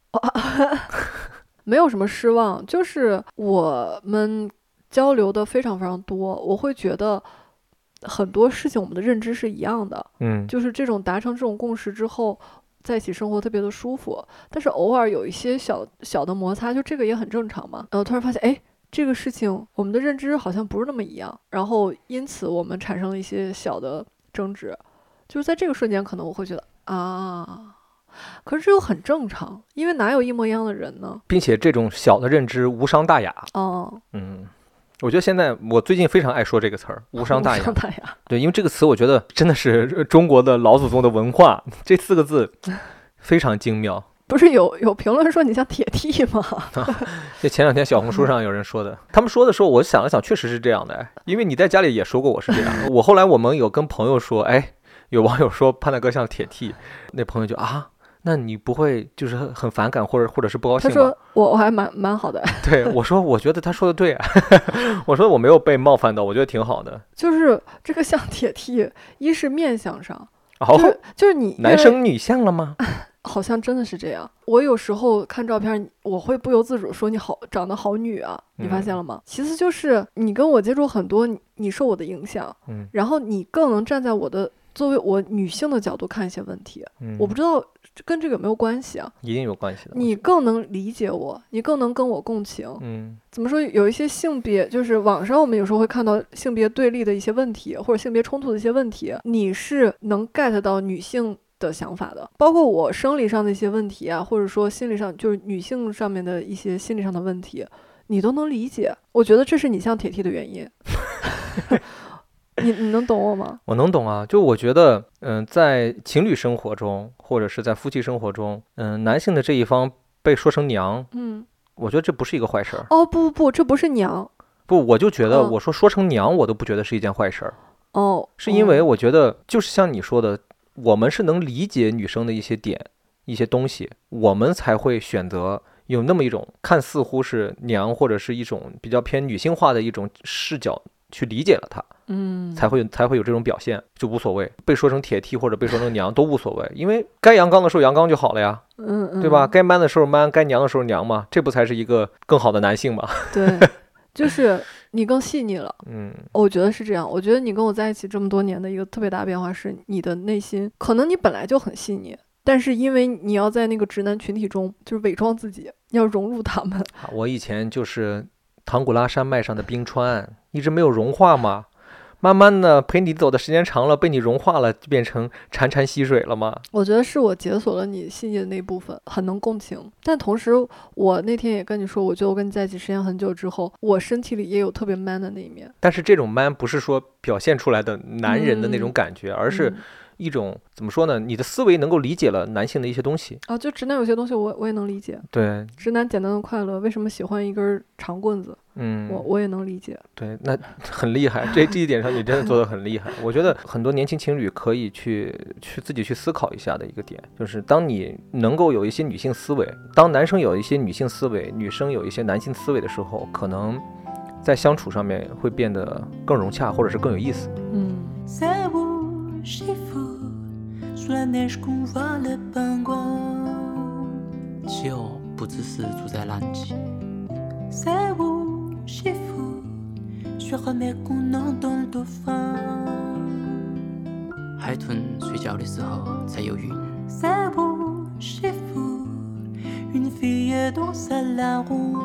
没有什么失望，就是我们交流的非常非常多，我会觉得很多事情我们的认知是一样的， 嗯， 就是这种达成这种共识之后在一起生活特别的舒服，但是偶尔有一些小小的摩擦，就这个也很正常嘛。然后突然发现哎，这个事情我们的认知好像不是那么一样，然后因此我们产生了一些小的争执，就是在这个瞬间可能我会觉得啊，可是这又很正常，因为哪有一模一样的人呢？ 并且这种小的认知无伤大雅。 哦， 嗯，我觉得现在我最近非常爱说这个词儿，无伤大雅。 无伤大雅。 对，因为这个词我觉得真的是中国的老祖宗的文化，这四个字非常精妙。 不是有有评论说你像铁 T 吗？ 这前两天小红书上有人说的，他们说的时候，我想了想，确实是这样的。因为你在家里也说过我是这样。我后来我们有跟朋友说，哎，有网友说潘大哥像铁 T，那朋友就啊，那你不会就是很反感或者或者是不高兴吗？ 他说我我还蛮蛮好的。 对，我说我觉得他说的对啊，我说我没有被冒犯到，我觉得挺好的。 就是这个像铁 T，一是面相上， 哦， 就是就是你男生女相了吗？ 好像真的是这样。我有时候看照片，我会不由自主说你好，长得好女啊，你发现了吗？嗯、其次就是你跟我接触很多，你你受我的影响，嗯，然后你更能站在我的作为我女性的角度看一些问题，嗯，我不知道跟这个有没有关系啊？ 一定有关系的。 你更能理解我，你更能跟我共情，嗯，怎么说？有一些性别，就是网上我们有时候会看到性别对立的一些问题，或者性别冲突的一些问题，你是能 get 到女性的想法的，包括我生理上的一些问题啊，或者说心理上就是女性上面的一些心理上的问题，你都能理解。我觉得这是你像铁 T 的原因。你你能懂我吗？ 我能懂啊，就我觉得，嗯、呃，在情侣生活中，或者是在夫妻生活中，嗯、呃，男性的这一方被说成娘，嗯，我觉得这不是一个坏事儿。 哦，不不不，这不是娘。 不，我就觉得，我说说成娘，我都不觉得是一件坏事儿。 哦， 是因为我觉得，就是像你说的，我们是能理解女生的一些点、一些东西，我们才会选择有那么一种看似乎是娘，或者是一种比较偏女性化的一种视角去理解了它，嗯，才会才会有这种表现，就无所谓被说成铁 T 或者被说成娘都无所谓，因为该阳刚的时候阳刚就好了呀，嗯嗯，对吧？该 man 的时候 man， 该娘的时候娘嘛，这不才是一个更好的男性吗？ 对。就是你更细腻了，嗯，我觉得是这样。我觉得你跟我在一起这么多年的一个特别大的变化是，你的内心可能你本来就很细腻，但是因为你要在那个直男群体中就是伪装自己，要融入他们。 我以前就是唐古拉山脉上的冰川，一直没有融化嘛，慢慢的陪你走的时间长了，被你融化了，就变成潺潺溪水了嘛。 我觉得是我解锁了你细腻的那部分，很能共情。但同时我那天也跟你说，我觉得我跟你在一起时间很久之后，我身体里也有特别 man 的那一面。 但是这种 man 不是说表现出来的男人的那种感觉，嗯、而是一种怎么说呢？你的思维能够理解了男性的一些东西啊，就直男有些东西我我也能理解。 对， 直男简单的快乐，为什么喜欢一根长棍子？嗯，我我也能理解。 对，那很厉害，这这一点上你真的做得很厉害。我觉得很多年轻情侣可以去去自己去思考一下的一个点，就是当你能够有一些女性思维，当男生有一些女性思维，女生有一些男性思维的时候，可能在相处上面会变得更融洽，或者是更有意思。嗯。 其实不只是住在南极。 chez vous, je remets qu'on entend le dauphin。 海豚睡觉的时候才有云。 C'est beau chez vous, une fille danse à la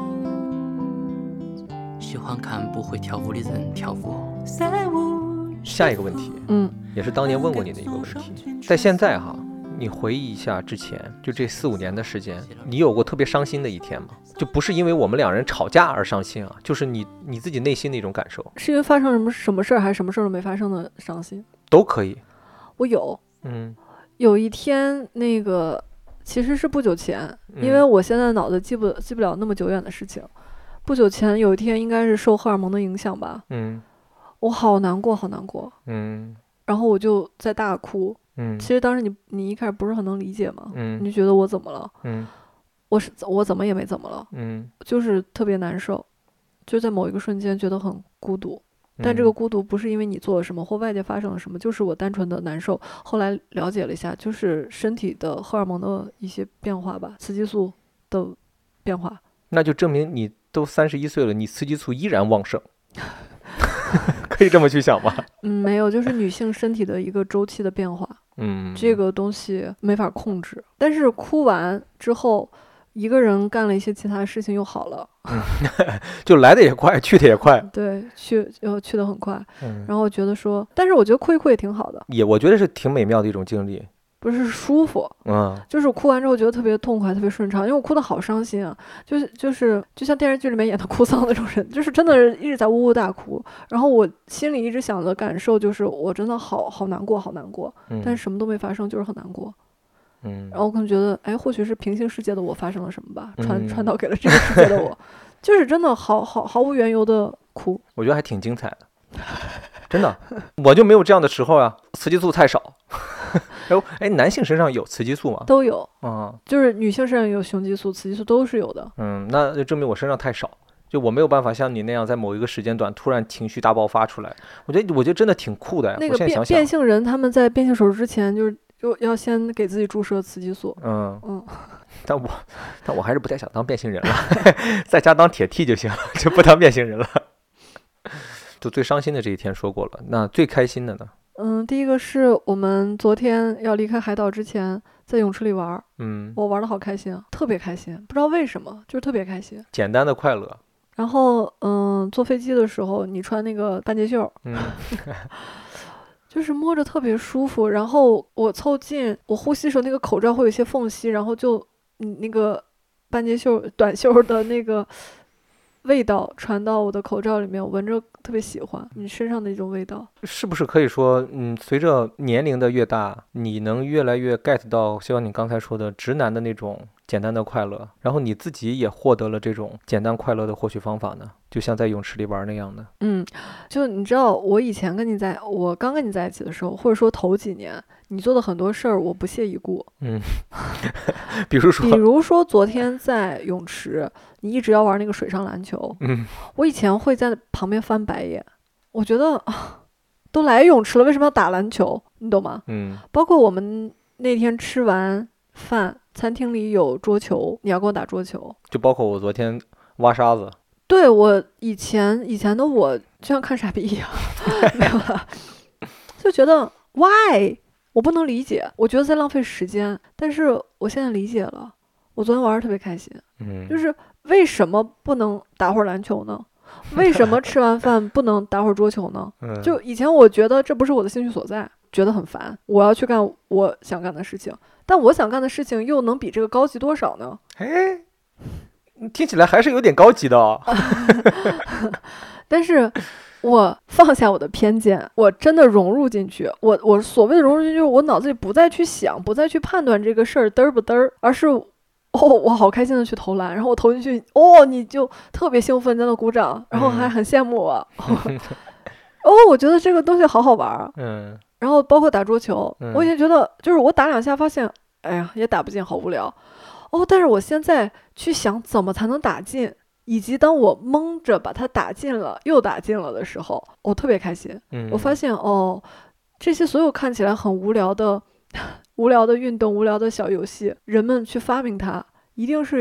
rose。 喜欢看不会跳舞的人跳舞。 C'est beau。 下一个问题， 嗯， 也是当年问过你的一个问题，在现在哈，你回忆一下之前，就这四五年的时间，你有过特别伤心的一天吗？就不是因为我们两人吵架而伤心啊，就是你你自己内心的一种感受， 是因为发生什么什么事儿，还是什么事儿都没发生的伤心？ 都可以。 我有， 嗯， 有一天那个其实是不久前， 嗯因为我现在脑子记不记不了那么久远的事情。不久前有一天，应该是受荷尔蒙的影响吧， 嗯我好难过，好难过， 嗯然后我就在大哭。 嗯其实当时你你一开始不是很能理解嘛， 嗯你就觉得我怎么了？ 嗯我是我怎么也没怎么了， 嗯， 就是特别难受，就在某一个瞬间觉得很孤独。但这个孤独不是因为你做了什么或外界发生了什么，就是我单纯的难受。后来了解了一下，就是身体的荷尔蒙的一些变化吧，雌激素的变化。 那就证明你都三十一岁了，你雌激素依然旺盛，可以这么去想吗？ 嗯，没有，就是女性身体的一个周期的变化， 嗯， 这个东西没法控制。但是哭完之后，一个人干了一些其他事情又好了。 就来的也快，去的也快。 对，去又去得很快。 嗯， 然后我觉得说，但是我觉得哭一哭也挺好的， 也我觉得是挺美妙的一种经历。 不是舒服。 嗯就是我哭完之后觉得特别痛快，特别顺畅，因为我哭得好伤心啊，就是就是就像电视剧里面演的哭丧那种人，就是真的是一直在呜呜大哭。然后我心里一直想的感受就是我真的好好难过，好难过， 嗯， 但是什么都没发生，就是很难过。 嗯， 然后我可能觉得，哎，或许是平行世界的我发生了什么吧，传嗯传导给了这个世界的我，就是真的好好毫无缘由的哭。 我觉得还挺精彩的，真的，我就没有这样的时候啊，雌激素太少。然后，哎，男性身上有雌激素吗？ 都有， 啊， 就是女性身上有雄激素、雌激素都是有的。 嗯，那就证明我身上太少，就我没有办法像你那样在某一个时间段突然情绪大爆发出来。我觉得，我觉得真的挺酷的。 那个我现在想想， 变变性人他们在变性手术之前就是就要先给自己注射雌激素。 嗯嗯， 但我但我还是不太想当变性人了，在家当铁 T 就行了，就不当变性人了。就最伤心的这一天说过了，那最开心的呢？ 嗯，第一个是我们昨天要离开海岛之前，在泳池里玩， 嗯， 我玩的好开心啊，特别开心，不知道为什么，就是特别开心。 简单的快乐。 然后，嗯，坐飞机的时候，你穿那个半截袖， 嗯， 就是摸着特别舒服。然后我凑近，我呼吸的时候，那个口罩会有一些缝隙，然后就嗯那个半截袖、短袖的那个味道传到我的口罩里面，我闻着特别喜欢你身上的一种味道。 是不是可以说，嗯，随着年龄的越大，你能越来越 get 到，就像你刚才说的直男的那种简单的快乐，然后你自己也获得了这种简单快乐的获取方法呢？就像在泳池里玩那样的。 嗯，就你知道，我以前跟你在，我刚跟你在一起的时候，或者说头几年，你做的很多事儿，我不屑一顾。 嗯，比如说， 比如说昨天在泳池，你一直要玩那个水上篮球， 嗯， 我以前会在旁边翻白眼，我觉得啊，都来泳池了，为什么要打篮球？你懂吗？ 嗯包括我们那天吃完饭，餐厅里有桌球，你要跟我打桌球。 就包括我昨天挖沙子。 对，我以前以前的我就像看傻逼一样，没有了，就觉得 why 我不能理解，我觉得在浪费时间。但是我现在理解了，我昨天玩的特别开心， 嗯， 就是为什么不能打会儿篮球呢？为什么吃完饭不能打会儿桌球呢？ 嗯就以前我觉得这不是我的兴趣所在，觉得很烦，我要去干我想干的事情，但我想干的事情又能比这个高级多少呢？ 哎，听起来还是有点高级的哦。 但是我放下我的偏见，我真的融入进去。我我所谓的融入进去，就是我脑子里不再去想，不再去判断这个事儿嘚儿不嘚儿，而是哦，我好开心的去投篮，然后我投进去，哦，你就特别兴奋在那鼓掌，然后还很羡慕我。哦，我觉得这个东西好好玩儿。 嗯然后包括打桌球， 嗯我以前觉得就是我打两下发现，哎呀也打不进，好无聊。哦，但是我现在去想怎么才能打进，以及当我蒙着把它打进了又打进了的时候，我特别开心。 嗯， 我发现哦，这些所有看起来很无聊的、无聊的运动、无聊的小游戏，人们去发明它，一定是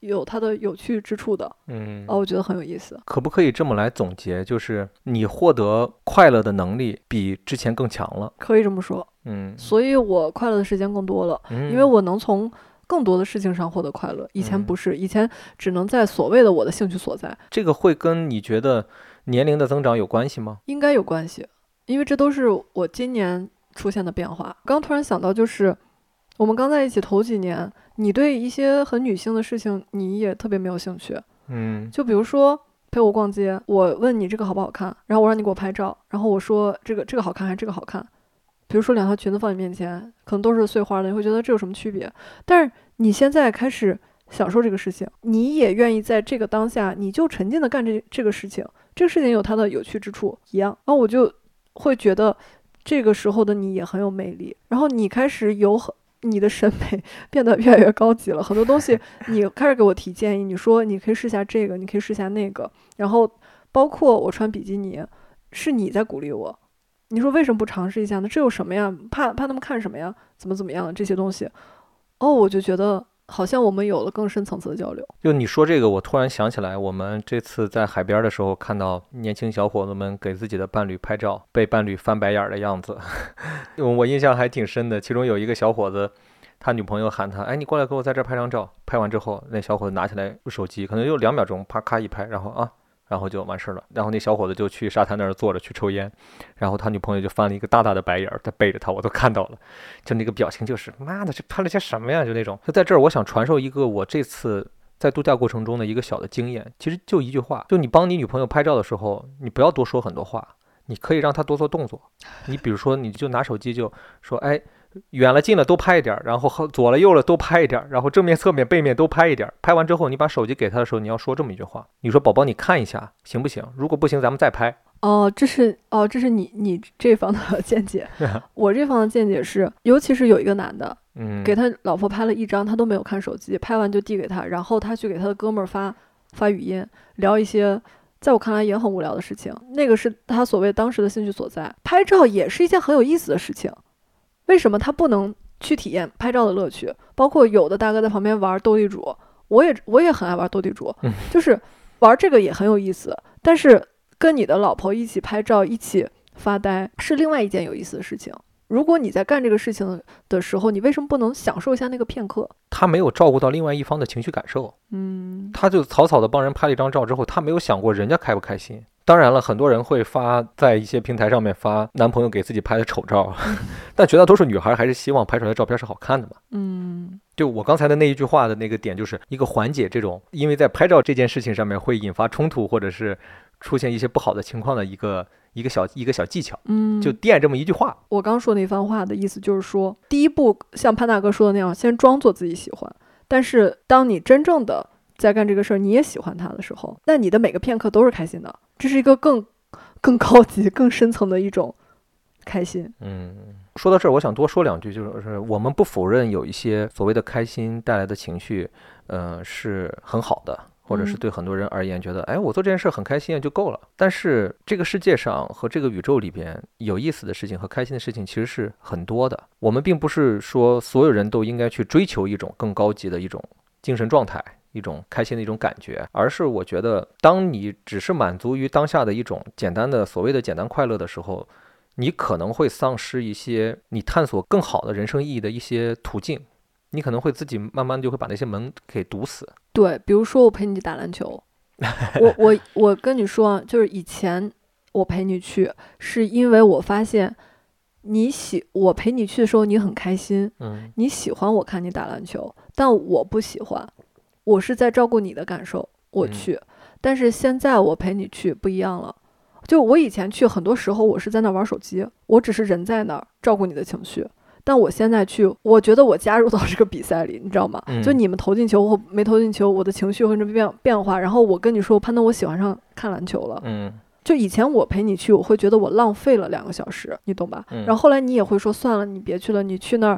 有它的有趣之处的。 嗯， 哦，我觉得很有意思。 可不可以这么来总结，就是你获得快乐的能力比之前更强了？ 可以这么说。 嗯， 所以我快乐的时间更多了， 嗯因为我能从更多的事情上获得快乐。以前不是，以前只能在所谓的我的兴趣所在。 这个会跟你觉得年龄的增长有关系吗？ 应该有关系，因为这都是我今年出现的变化。刚突然想到，就是我们刚在一起头几年，你对一些很女性的事情你也特别没有兴趣。 嗯， 就比如说陪我逛街，我问你这个好不好看，然后我让你给我拍照，然后我说这个这个好看还是这个好看。比如说两条裙子放你面前，可能都是碎花的，你会觉得这有什么区别？但是你现在开始享受这个事情，你也愿意在这个当下，你就沉浸的干这这个事情，这个事情有它的有趣之处一样。然后我就会觉得这个时候的你也很有魅力，然后你开始有很你的审美变得越来越高级了，很多东西你开始给我提建议，你说你可以试下这个，你可以试下那个，然后包括我穿比基尼，是你在鼓励我。你说为什么不尝试一下呢？这有什么呀？怕怕他们看什么呀？怎么怎么样的这些东西？哦，我就觉得好像我们有了更深层次的交流。 就你说这个，我突然想起来，我们这次在海边的时候，看到年轻小伙子们给自己的伴侣拍照，被伴侣翻白眼的样子，我印象还挺深的。其中有一个小伙子，他女朋友喊他，哎，你过来给我在这儿拍张照。拍完之后，那小伙子拿起来手机，可能就两秒钟，啪咔一拍，然后啊。然后就完事了，然后那小伙子就去沙滩那儿坐着去抽烟，然后他女朋友就翻了一个大大的白眼儿，他背着他，我都看到了，就那个表情就是妈的，这拍了些什么呀？就那种。就在这儿，我想传授一个我这次在度假过程中的一个小的经验，其实就一句话，就你帮你女朋友拍照的时候，你不要多说很多话，你可以让她多做动作。你比如说，你就拿手机就说，哎。远了近了都拍一点，然后左了右了都拍一点，然后正面侧面背面都拍一点。拍完之后，你把手机给他的时候，你要说这么一句话，你说宝宝你看一下行不行？如果不行咱们再拍。 哦，这是哦，这是你你这方的见解。我这方的见解是，尤其是有一个男的， 嗯， 给他老婆拍了一张，他都没有看手机，拍完就递给他，然后他去给他的哥们儿发发语音，聊一些在我看来也很无聊的事情。那个是他所谓当时的兴趣所在。拍照也是一件很有意思的事情。为什么他不能去体验拍照的乐趣？包括有的大哥在旁边玩斗地主，我也我也很爱玩斗地主，就是玩这个也很有意思。但是跟你的老婆一起拍照，一起发呆，是另外一件有意思的事情。如果你在干这个事情的时候，你为什么不能享受一下那个片刻？ 他没有照顾到另外一方的情绪感受， 嗯， 他就草草的帮人拍了一张照之后，他没有想过人家开不开心。当然了，很多人会发在一些平台上面发男朋友给自己拍的丑照，但绝大多数女孩还是希望拍出来的照片是好看的嘛。 嗯， 就我刚才的那一句话的那个点，就是一个缓解这种因为在拍照这件事情上面会引发冲突或者是出现一些不好的情况的一个一个小一个小技巧。 嗯， 就垫这么一句话。 我刚说那番话的意思就是说，第一步像潘大哥说的那样，先装作自己喜欢，但是当你真正的在干这个事儿，你也喜欢它的时候，那你的每个片刻都是开心的。这是一个更更高级、更深层的一种开心。 嗯，说到这儿，我想多说两句，就是我们不否认有一些所谓的开心带来的情绪，呃，是很好的，或者是对很多人而言觉得，哎，我做这件事很开心就够了。但是这个世界上和这个宇宙里边有意思的事情和开心的事情其实是很多的。我们并不是说所有人都应该去追求一种更高级的一种精神状态，一种开心的一种感觉，而是我觉得当你只是满足于当下的一种简单的所谓的简单快乐的时候，你可能会丧失一些你探索更好的人生意义的一些途径，你可能会自己慢慢就会把那些门给堵死。 对，比如说我陪你打篮球，我我我跟你说，就是以前我陪你去，是因为我发现你喜我陪你去的时候你很开心， 嗯， 你喜欢我看你打篮球，但我不喜欢，我是在照顾你的感受，我去。嗯、但是现在我陪你去不一样了，就我以前去很多时候我是在那玩手机，我只是人在那儿照顾你的情绪。但我现在去，我觉得我加入到这个比赛里，你知道吗？ 嗯、 就你们投进球或没投进球，我的情绪会变变化。然后我跟你说，潘东，我喜欢上看篮球了。 嗯， 就以前我陪你去，我会觉得我浪费了两个小时，你懂吧？ 嗯、 然后后来你也会说，算了，你别去了，你去那儿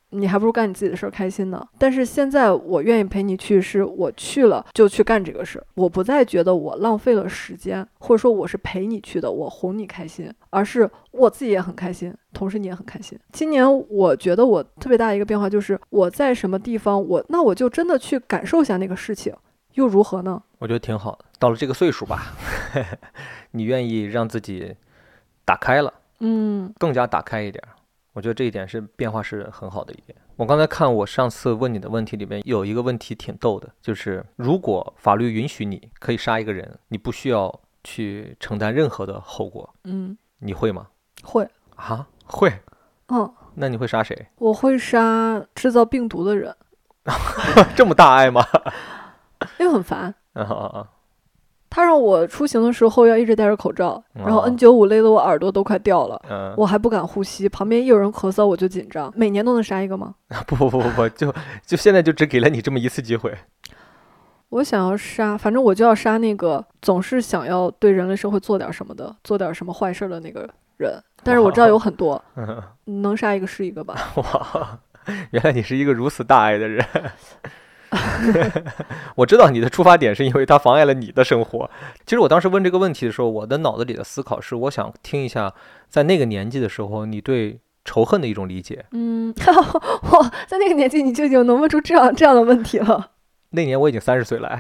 你还不如干你自己的事儿开心呢。但是现在我愿意陪你去，是我去了就去干这个事，我不再觉得我浪费了时间，或者说我是陪你去的，我哄你开心，而是我自己也很开心，同时你也很开心。今年我觉得我特别大的一个变化就是我在什么地方，我那我就真的去感受一下那个事情，又如何呢？ 我觉得挺好的，到了这个岁数吧，你愿意让自己打开了， 嗯， 更加打开一点，我觉得这一点是变化是很好的一点。我刚才看我上次问你的问题里面有一个问题挺逗的，就是如果法律允许你可以杀一个人，你不需要去承担任何的后果， 嗯， 你会吗？ 会啊，会。 嗯， 那你会杀谁？ 我会杀制造病毒的人。 这么大爱吗？ 因为很烦。 啊啊啊！ 他让我出行的时候要一直戴着口罩，然后 N 九十五 勒得我耳朵都快掉了， 嗯， 我还不敢呼吸，旁边一有人咳嗽我就紧张。每年都能杀一个吗？ 不不不不不，就就现在就只给了你这么一次机会。 我想要杀，反正我就要杀那个总是想要对人类社会做点什么的，做点什么坏事的那个人。但是我知道有很多，能杀一个是一个吧。 哇，原来你是一个如此大爱的人。我知道你的出发点是因为它妨碍了你的生活。其实我当时问这个问题的时候，我的脑子里的思考是，我想听一下在那个年纪的时候你对仇恨的一种理解。 嗯，我在那个年纪你就已经能问出这样这样的问题了。 那年我已经三十岁了。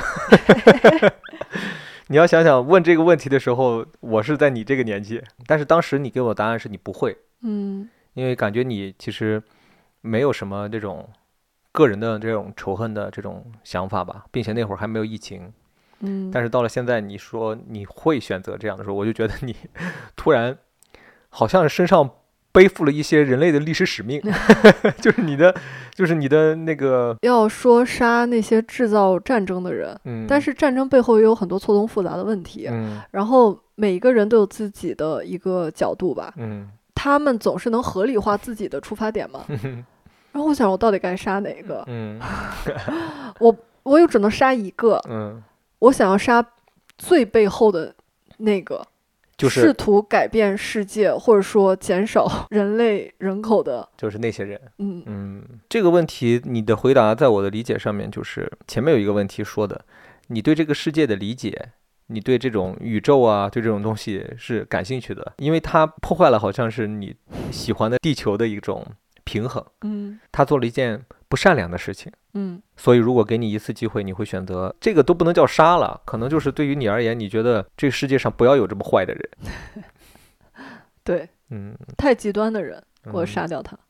你要想想问这个问题的时候，我是在你这个年纪，但是当时你给我的答案是你不会。 嗯， 因为感觉你其实没有什么这种个人的这种仇恨的这种想法吧，并且那会儿还没有疫情。 嗯， 但是到了现在，你说你会选择这样的时候，我就觉得你突然好像身上背负了一些人类的历史使命，就是你的，就是你的那个。 要说杀那些制造战争的人， 嗯， 但是战争背后也有很多错综复杂的问题， 嗯， 然后每一个人都有自己的一个角度吧， 嗯， 他们总是能合理化自己的出发点嘛。然后我想，我到底该杀哪个？ 嗯， 我我又只能杀一个， 嗯， 我想要杀最背后的那个。 就是试图改变世界，或者说减少人类人口的， 就是那些人。 嗯嗯，这个问题你的回答在我的理解上面，就是前面有一个问题说的，你对这个世界的理解，你对这种宇宙啊，对这种东西是感兴趣的，因为它破坏了好像是你喜欢的地球的一种平衡。 嗯， 他做了一件不善良的事情。 嗯， 所以如果给你一次机会，你会选择这个都不能叫杀了，可能就是对于你而言，你觉得这个世界上不要有这么坏的人。 对， 嗯， 太极端的人，我杀掉他。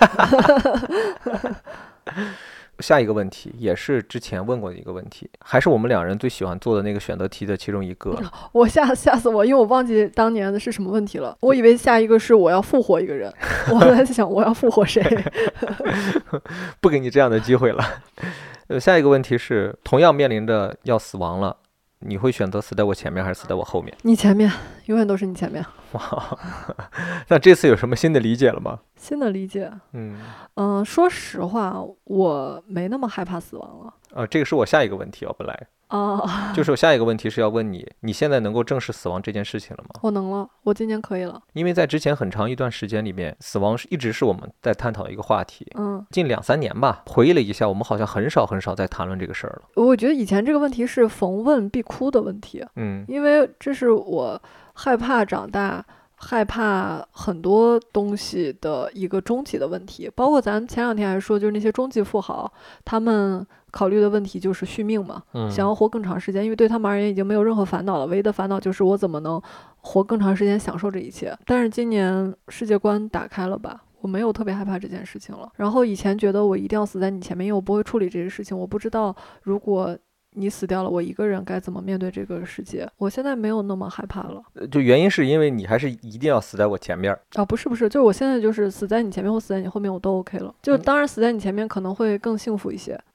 下一个问题也是之前问过的一个问题，还是我们两人最喜欢做的那个选择题的其中一个。 我吓吓死我，因为我忘记当年的是什么问题了。我以为下一个是我要复活一个人，我在想我要复活谁。 不给你这样的机会了。呃，下一个问题是，同样面临着要死亡了，你会选择死在我前面还是死在我后面？ 你前面，永远都是你前面。 哇，那这次有什么新的理解了吗？ 新的理解， 嗯嗯、呃，说实话，我没那么害怕死亡了。 呃，这个是我下一个问题哦，本来哦， 就是我下一个问题是要问你，你现在能够正视死亡这件事情了吗？ 我能了，我今年可以了。 因为在之前很长一段时间里面，死亡是一直是我们在探讨的一个话题。 嗯， 近两三年吧，回忆了一下，我们好像很少很少在谈论这个事儿了。 我觉得以前这个问题是逢问必哭的问题， 嗯， 因为这是我害怕长大。害怕很多东西的一个终极的问题，包括咱前两天还说，就是那些终极富豪，他们考虑的问题就是续命嘛， 嗯、 想要活更长时间，因为对他们而言已经没有任何烦恼了，唯一的烦恼就是我怎么能活更长时间享受这一切。但是今年世界观打开了吧，我没有特别害怕这件事情了。然后以前觉得我一定要死在你前面，因为我不会处理这些事情，我不知道如果你死掉了，我一个人该怎么面对这个世界？我现在没有那么害怕了。 就原因是因为你还是一定要死在我前面啊？不是不是，就是我现在就是死在你前面或死在你后面我都 OK 了。就当然死在你前面可能会更幸福一些，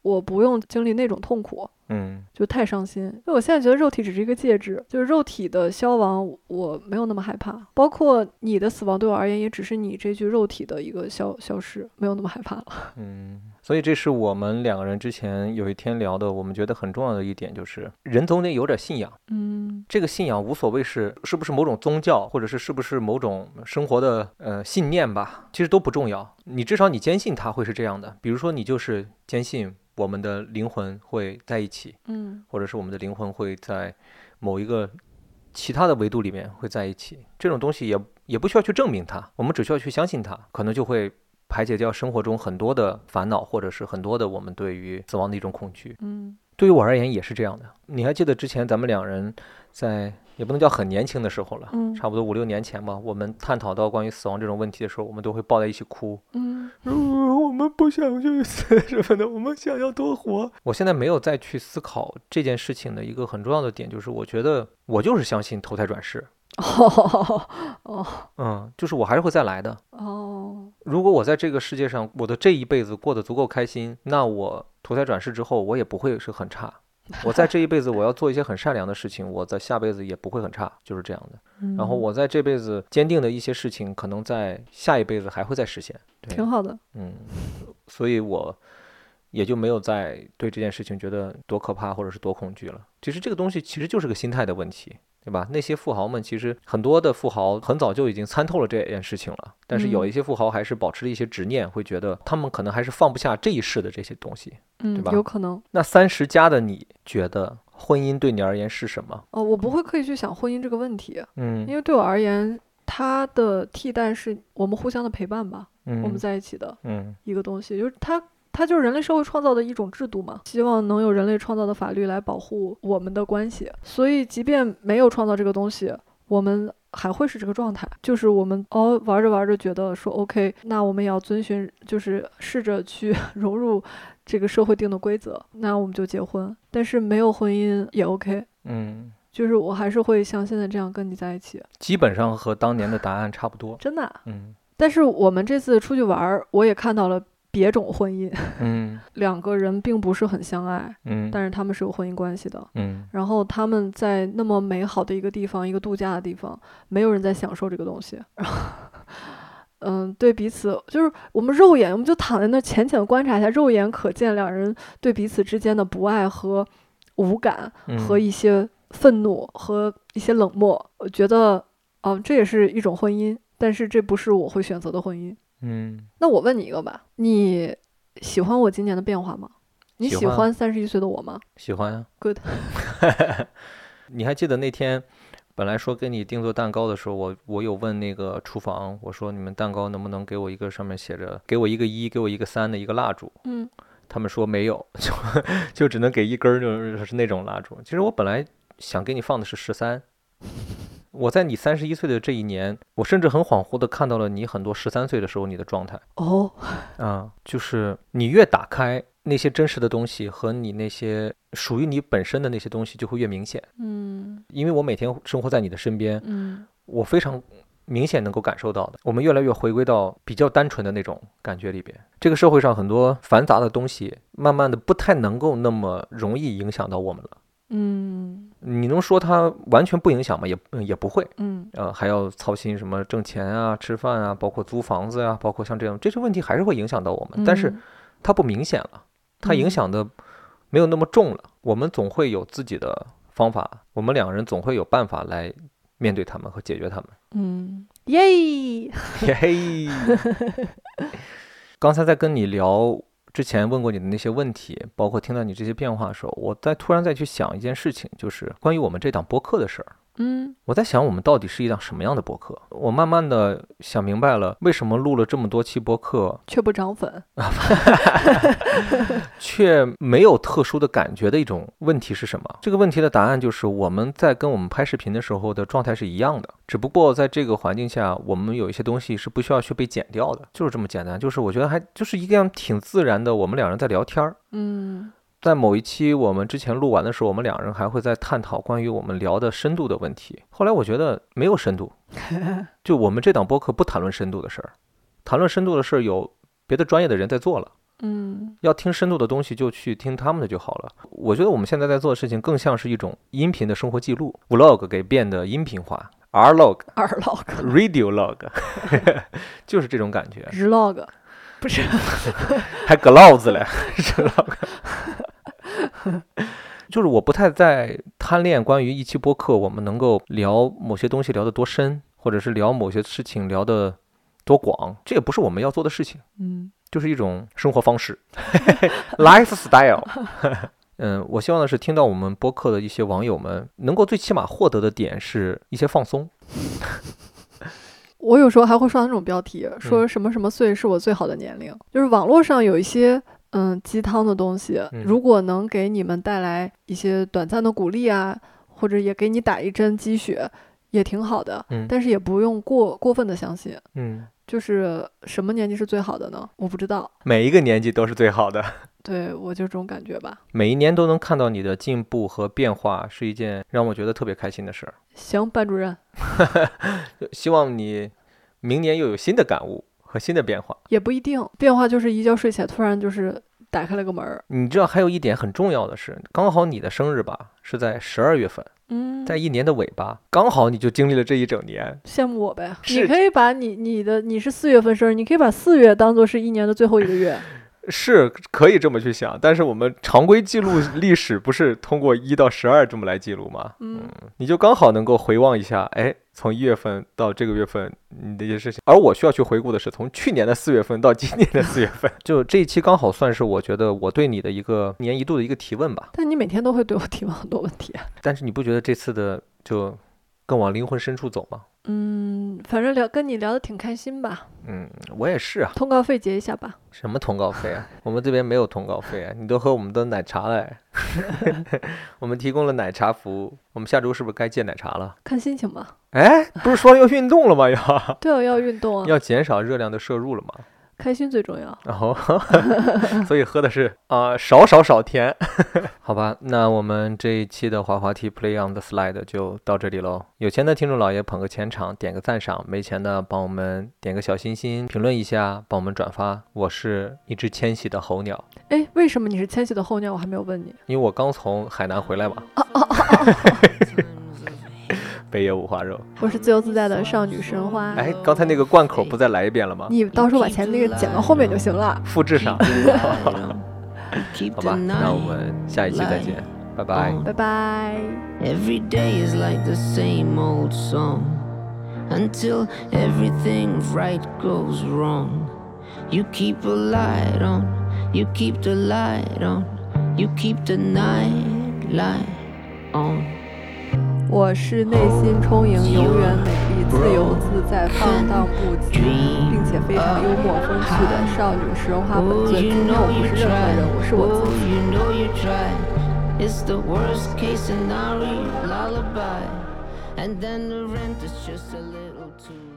我不用经历那种痛苦， 嗯就太伤心。因为我现在觉得肉体只是一个介质，就是肉体的消亡我没有那么害怕，包括你的死亡对我而言也只是你这具肉体的一个消消失，没有那么害怕了。 嗯，所以这是我们两个人之前有一天聊的，我们觉得很重要的一点，就是人总得有点信仰。 嗯这个信仰无所谓是是不是某种宗教，或者是是不是某种生活的呃信念吧，其实都不重要。你至少你坚信它会是这样的，比如说你就是坚信我们的灵魂会在一起， 嗯或者是我们的灵魂会在某一个其他的维度里面会在一起，这种东西也也不需要去证明它，我们只需要去相信它，可能就会排解掉生活中很多的烦恼，或者是很多的我们对于死亡的一种恐惧。 嗯对于我而言也是这样的。你还记得之前咱们两人在也不能叫很年轻的时候了， 嗯差不多五六年前吧，我们探讨到关于死亡这种问题的时候，我们都会抱在一起哭。 嗯嗯，我们不想去死什么的，我们想要多活。我现在没有再去思考这件事情的一个很重要的点，就是我觉得我就是相信投胎转世。 哦哦嗯，就是我还是会再来的。 哦， 如果我在这个世界上，我的这一辈子过得足够开心，那我投胎转世之后，我也不会是很差。我在这一辈子我要做一些很善良的事情，我在下辈子也不会很差，就是这样的。然后我在这辈子坚定的一些事情，可能在下一辈子还会再实现。对， 挺好的。 嗯，所以我也就没有再对这件事情觉得多可怕或者是多恐惧了。其实这个东西其实就是个心态的问题，对吧？那些富豪们其实很多的富豪很早就已经参透了这件事情了，但是有一些富豪还是保持了一些执念，会觉得他们可能还是放不下这一世的这些东西，对嗯， 吧？ 有可能。 那三十加的你觉得婚姻对你而言是什么？ 哦，我不会刻意去想婚姻这个问题， 嗯因为对我而言，它的替代是我们互相的陪伴吧， 嗯， 我们在一起的嗯一个东西，就是它。它就是人类社会创造的一种制度嘛，希望能有人类创造的法律来保护我们的关系。所以，即便没有创造这个东西，我们还会是这个状态，就是我们哦玩着玩着觉得说 OK， 那我们也要遵循，就是试着去融入这个社会定的规则，那我们就结婚。但是没有婚姻也 OK， 嗯， 就是我还是会像现在这样跟你在一起， 基本上和当年的答案差不多。 真的啊。 嗯但是我们这次出去玩，我也看到了别种婚姻， 嗯两个人并不是很相爱， 嗯， 但是他们是有婚姻关系的。 嗯然后他们在那么美好的一个地方，一个度假的地方，没有人在享受这个东西。嗯，对彼此就是我们肉眼，我们就躺在那浅浅的观察一下，肉眼可见两人对彼此之间的不爱和无感， 嗯和一些愤怒和一些冷漠。我觉得，哦，这也是一种婚姻，但是这不是我会选择的婚姻。 嗯， 那我问你一个吧，你喜欢我今年的变化吗？你喜喜欢欢三十一岁的我吗？ 喜欢啊。 Good 你还记得那天本来说给你定做蛋糕的时候，我我有问那个厨房，我说你们蛋糕能不能给我一个上面写着给我一个一给我一个三的一个蜡烛， 嗯他们说没有，就就只能给一根儿，就是那种蜡烛。其实我本来想给你放的是十三。我在你三十一岁的这一年，我甚至很恍惚的看到了你很多十三岁的时候你的状态哦， 啊，就是你越打开那些真实的东西和你那些属于你本身的那些东西就会越明显。 嗯因为我每天生活在你的身边， 嗯我非常明显能够感受到的，我们越来越回归到比较单纯的那种感觉里边。这个社会上很多繁杂的东西，慢慢的不太能够那么容易影响到我们了。 嗯你能说它完全不影响吗？也也不会。 嗯呃，还要操心什么挣钱啊、吃饭啊，包括租房子呀、包括像这样这些问题还是会影响到我们，但是它不明显了，它影响的没有那么重了。我们总会有自己的方法，我们两个人总会有办法来面对他们和解决他们。 嗯，耶！ 嘿，刚才在跟你聊之前问过你的那些问题，包括听到你这些变化的时候，我在突然再去想一件事情，就是关于我们这档播客的事儿。 嗯我在想我们到底是一档什么样的播客。我慢慢的想明白了，为什么录了这么多期播客却不涨粉。 却没有特殊的感觉的一种问题是什么？这个问题的答案就是我们在跟我们拍视频的时候的状态是一样的，只不过在这个环境下，我们有一些东西是不需要去被剪掉的，就是这么简单。就是我觉得还就是一个样挺自然的，我们两人在聊天儿。 嗯在某一期我们之前录完的时候，我们两人还会在探讨关于我们聊的深度的问题。后来我觉得没有深度，就我们这档播客不谈论深度的事儿，谈论深度的事儿有别的专业的人在做了。 嗯要听深度的东西就去听他们的就好了。我觉得我们现在在做的事情更像是一种音频的生活记录 ，vlog 给变得音频化 ，r-log、 二 log、 radio log， 就是这种感觉。 日 log， 不是， 还搁烙子嘞，知道吧？就是我不太在贪恋关于一期播客我们能够聊某些东西聊得多深，或者是聊某些事情聊得多广，这也不是我们要做的事情， 嗯就是一种生活方式，lifestyle。嗯，我希望的是听到我们播客的一些网友们能够最起码获得的点是一些放松。 我有时候还会刷那种标题，说什么什么岁是我最好的年龄，就是网络上有一些嗯鸡汤的东西，如果能给你们带来一些短暂的鼓励啊，或者也给你打一针鸡血，也挺好的。 嗯， 但是也不用过过分的相信。 嗯， 就是什么年纪是最好的呢？我不知道。 每一个年纪都是最好的。 对，我就这种感觉吧。 每一年都能看到你的进步和变化，是一件让我觉得特别开心的事儿。 行，班主任。 希望你明年又有新的感悟和新的变化。 也不一定，变化就是一觉睡起来突然就是打开了个门儿。 你知道还有一点很重要的是，刚好你的生日吧是在十二月份， 嗯， 在一年的尾巴，刚好你就经历了这一整年。 羡慕我呗。 是你可以把你你的你是四月份生日，你可以把四月当做是一年的最后一个月。 是可以这么去想，但是我们常规记录历史不是通过一到十二这么来记录吗？ 嗯， 你就刚好能够回望一下，哎，从一月份到这个月份你的一些事情，而我需要去回顾的是从去年的四月份到今年的四月份，就这一期刚好算是我觉得我对你的一个一年一度的一个提问吧。 但你每天都会对我提问很多问题啊。 但是你不觉得这次的就更往灵魂深处走吗？ 嗯，反正聊跟你聊得挺开心吧。 嗯，我也是啊。 通告费结一下吧。 什么通告费啊？我们这边没有通告费啊，你都喝我们的奶茶了。我们提供了奶茶服务，我们下周是不是该戒奶茶了？ 看心情吧。 哎，不是说要运动了吗？要对，我要运动啊， 要减少热量的摄入了吗？ 开心最重要。 然后、哦，所以喝的是啊、呃、少少少甜。好吧，那我们这一期的滑滑梯 Play on the Slide 就到这里喽。有钱的听众老爷捧个钱场，点个赞赏；没钱的帮我们点个小心心，评论一下，帮我们转发。我是一只迁徙的候鸟。 哎，为什么你是迁徙的候鸟？我还没有问你。 因为我刚从海南回来嘛。 啊啊啊啊！ 北野五花肉。 我是自由自在的少女神花。 哎，刚才那个贯口不再来一遍了吗？ 你到时候把前那个剪到后面就行了。 复制上。好吧，那我们下一期再见，拜拜。 拜拜。 Every day is like the same old song until everything right goes wrong. You keep a light on, you keep the light on, you keep the night light on. 我是内心充盈、永远美丽、自由自在、放荡不羁，并且非常幽默风趣的少女食人花本尊。今天我不是任何人，我是我自己。 You know you try. It's the worst case scenario lullaby, and then the rent is just a little too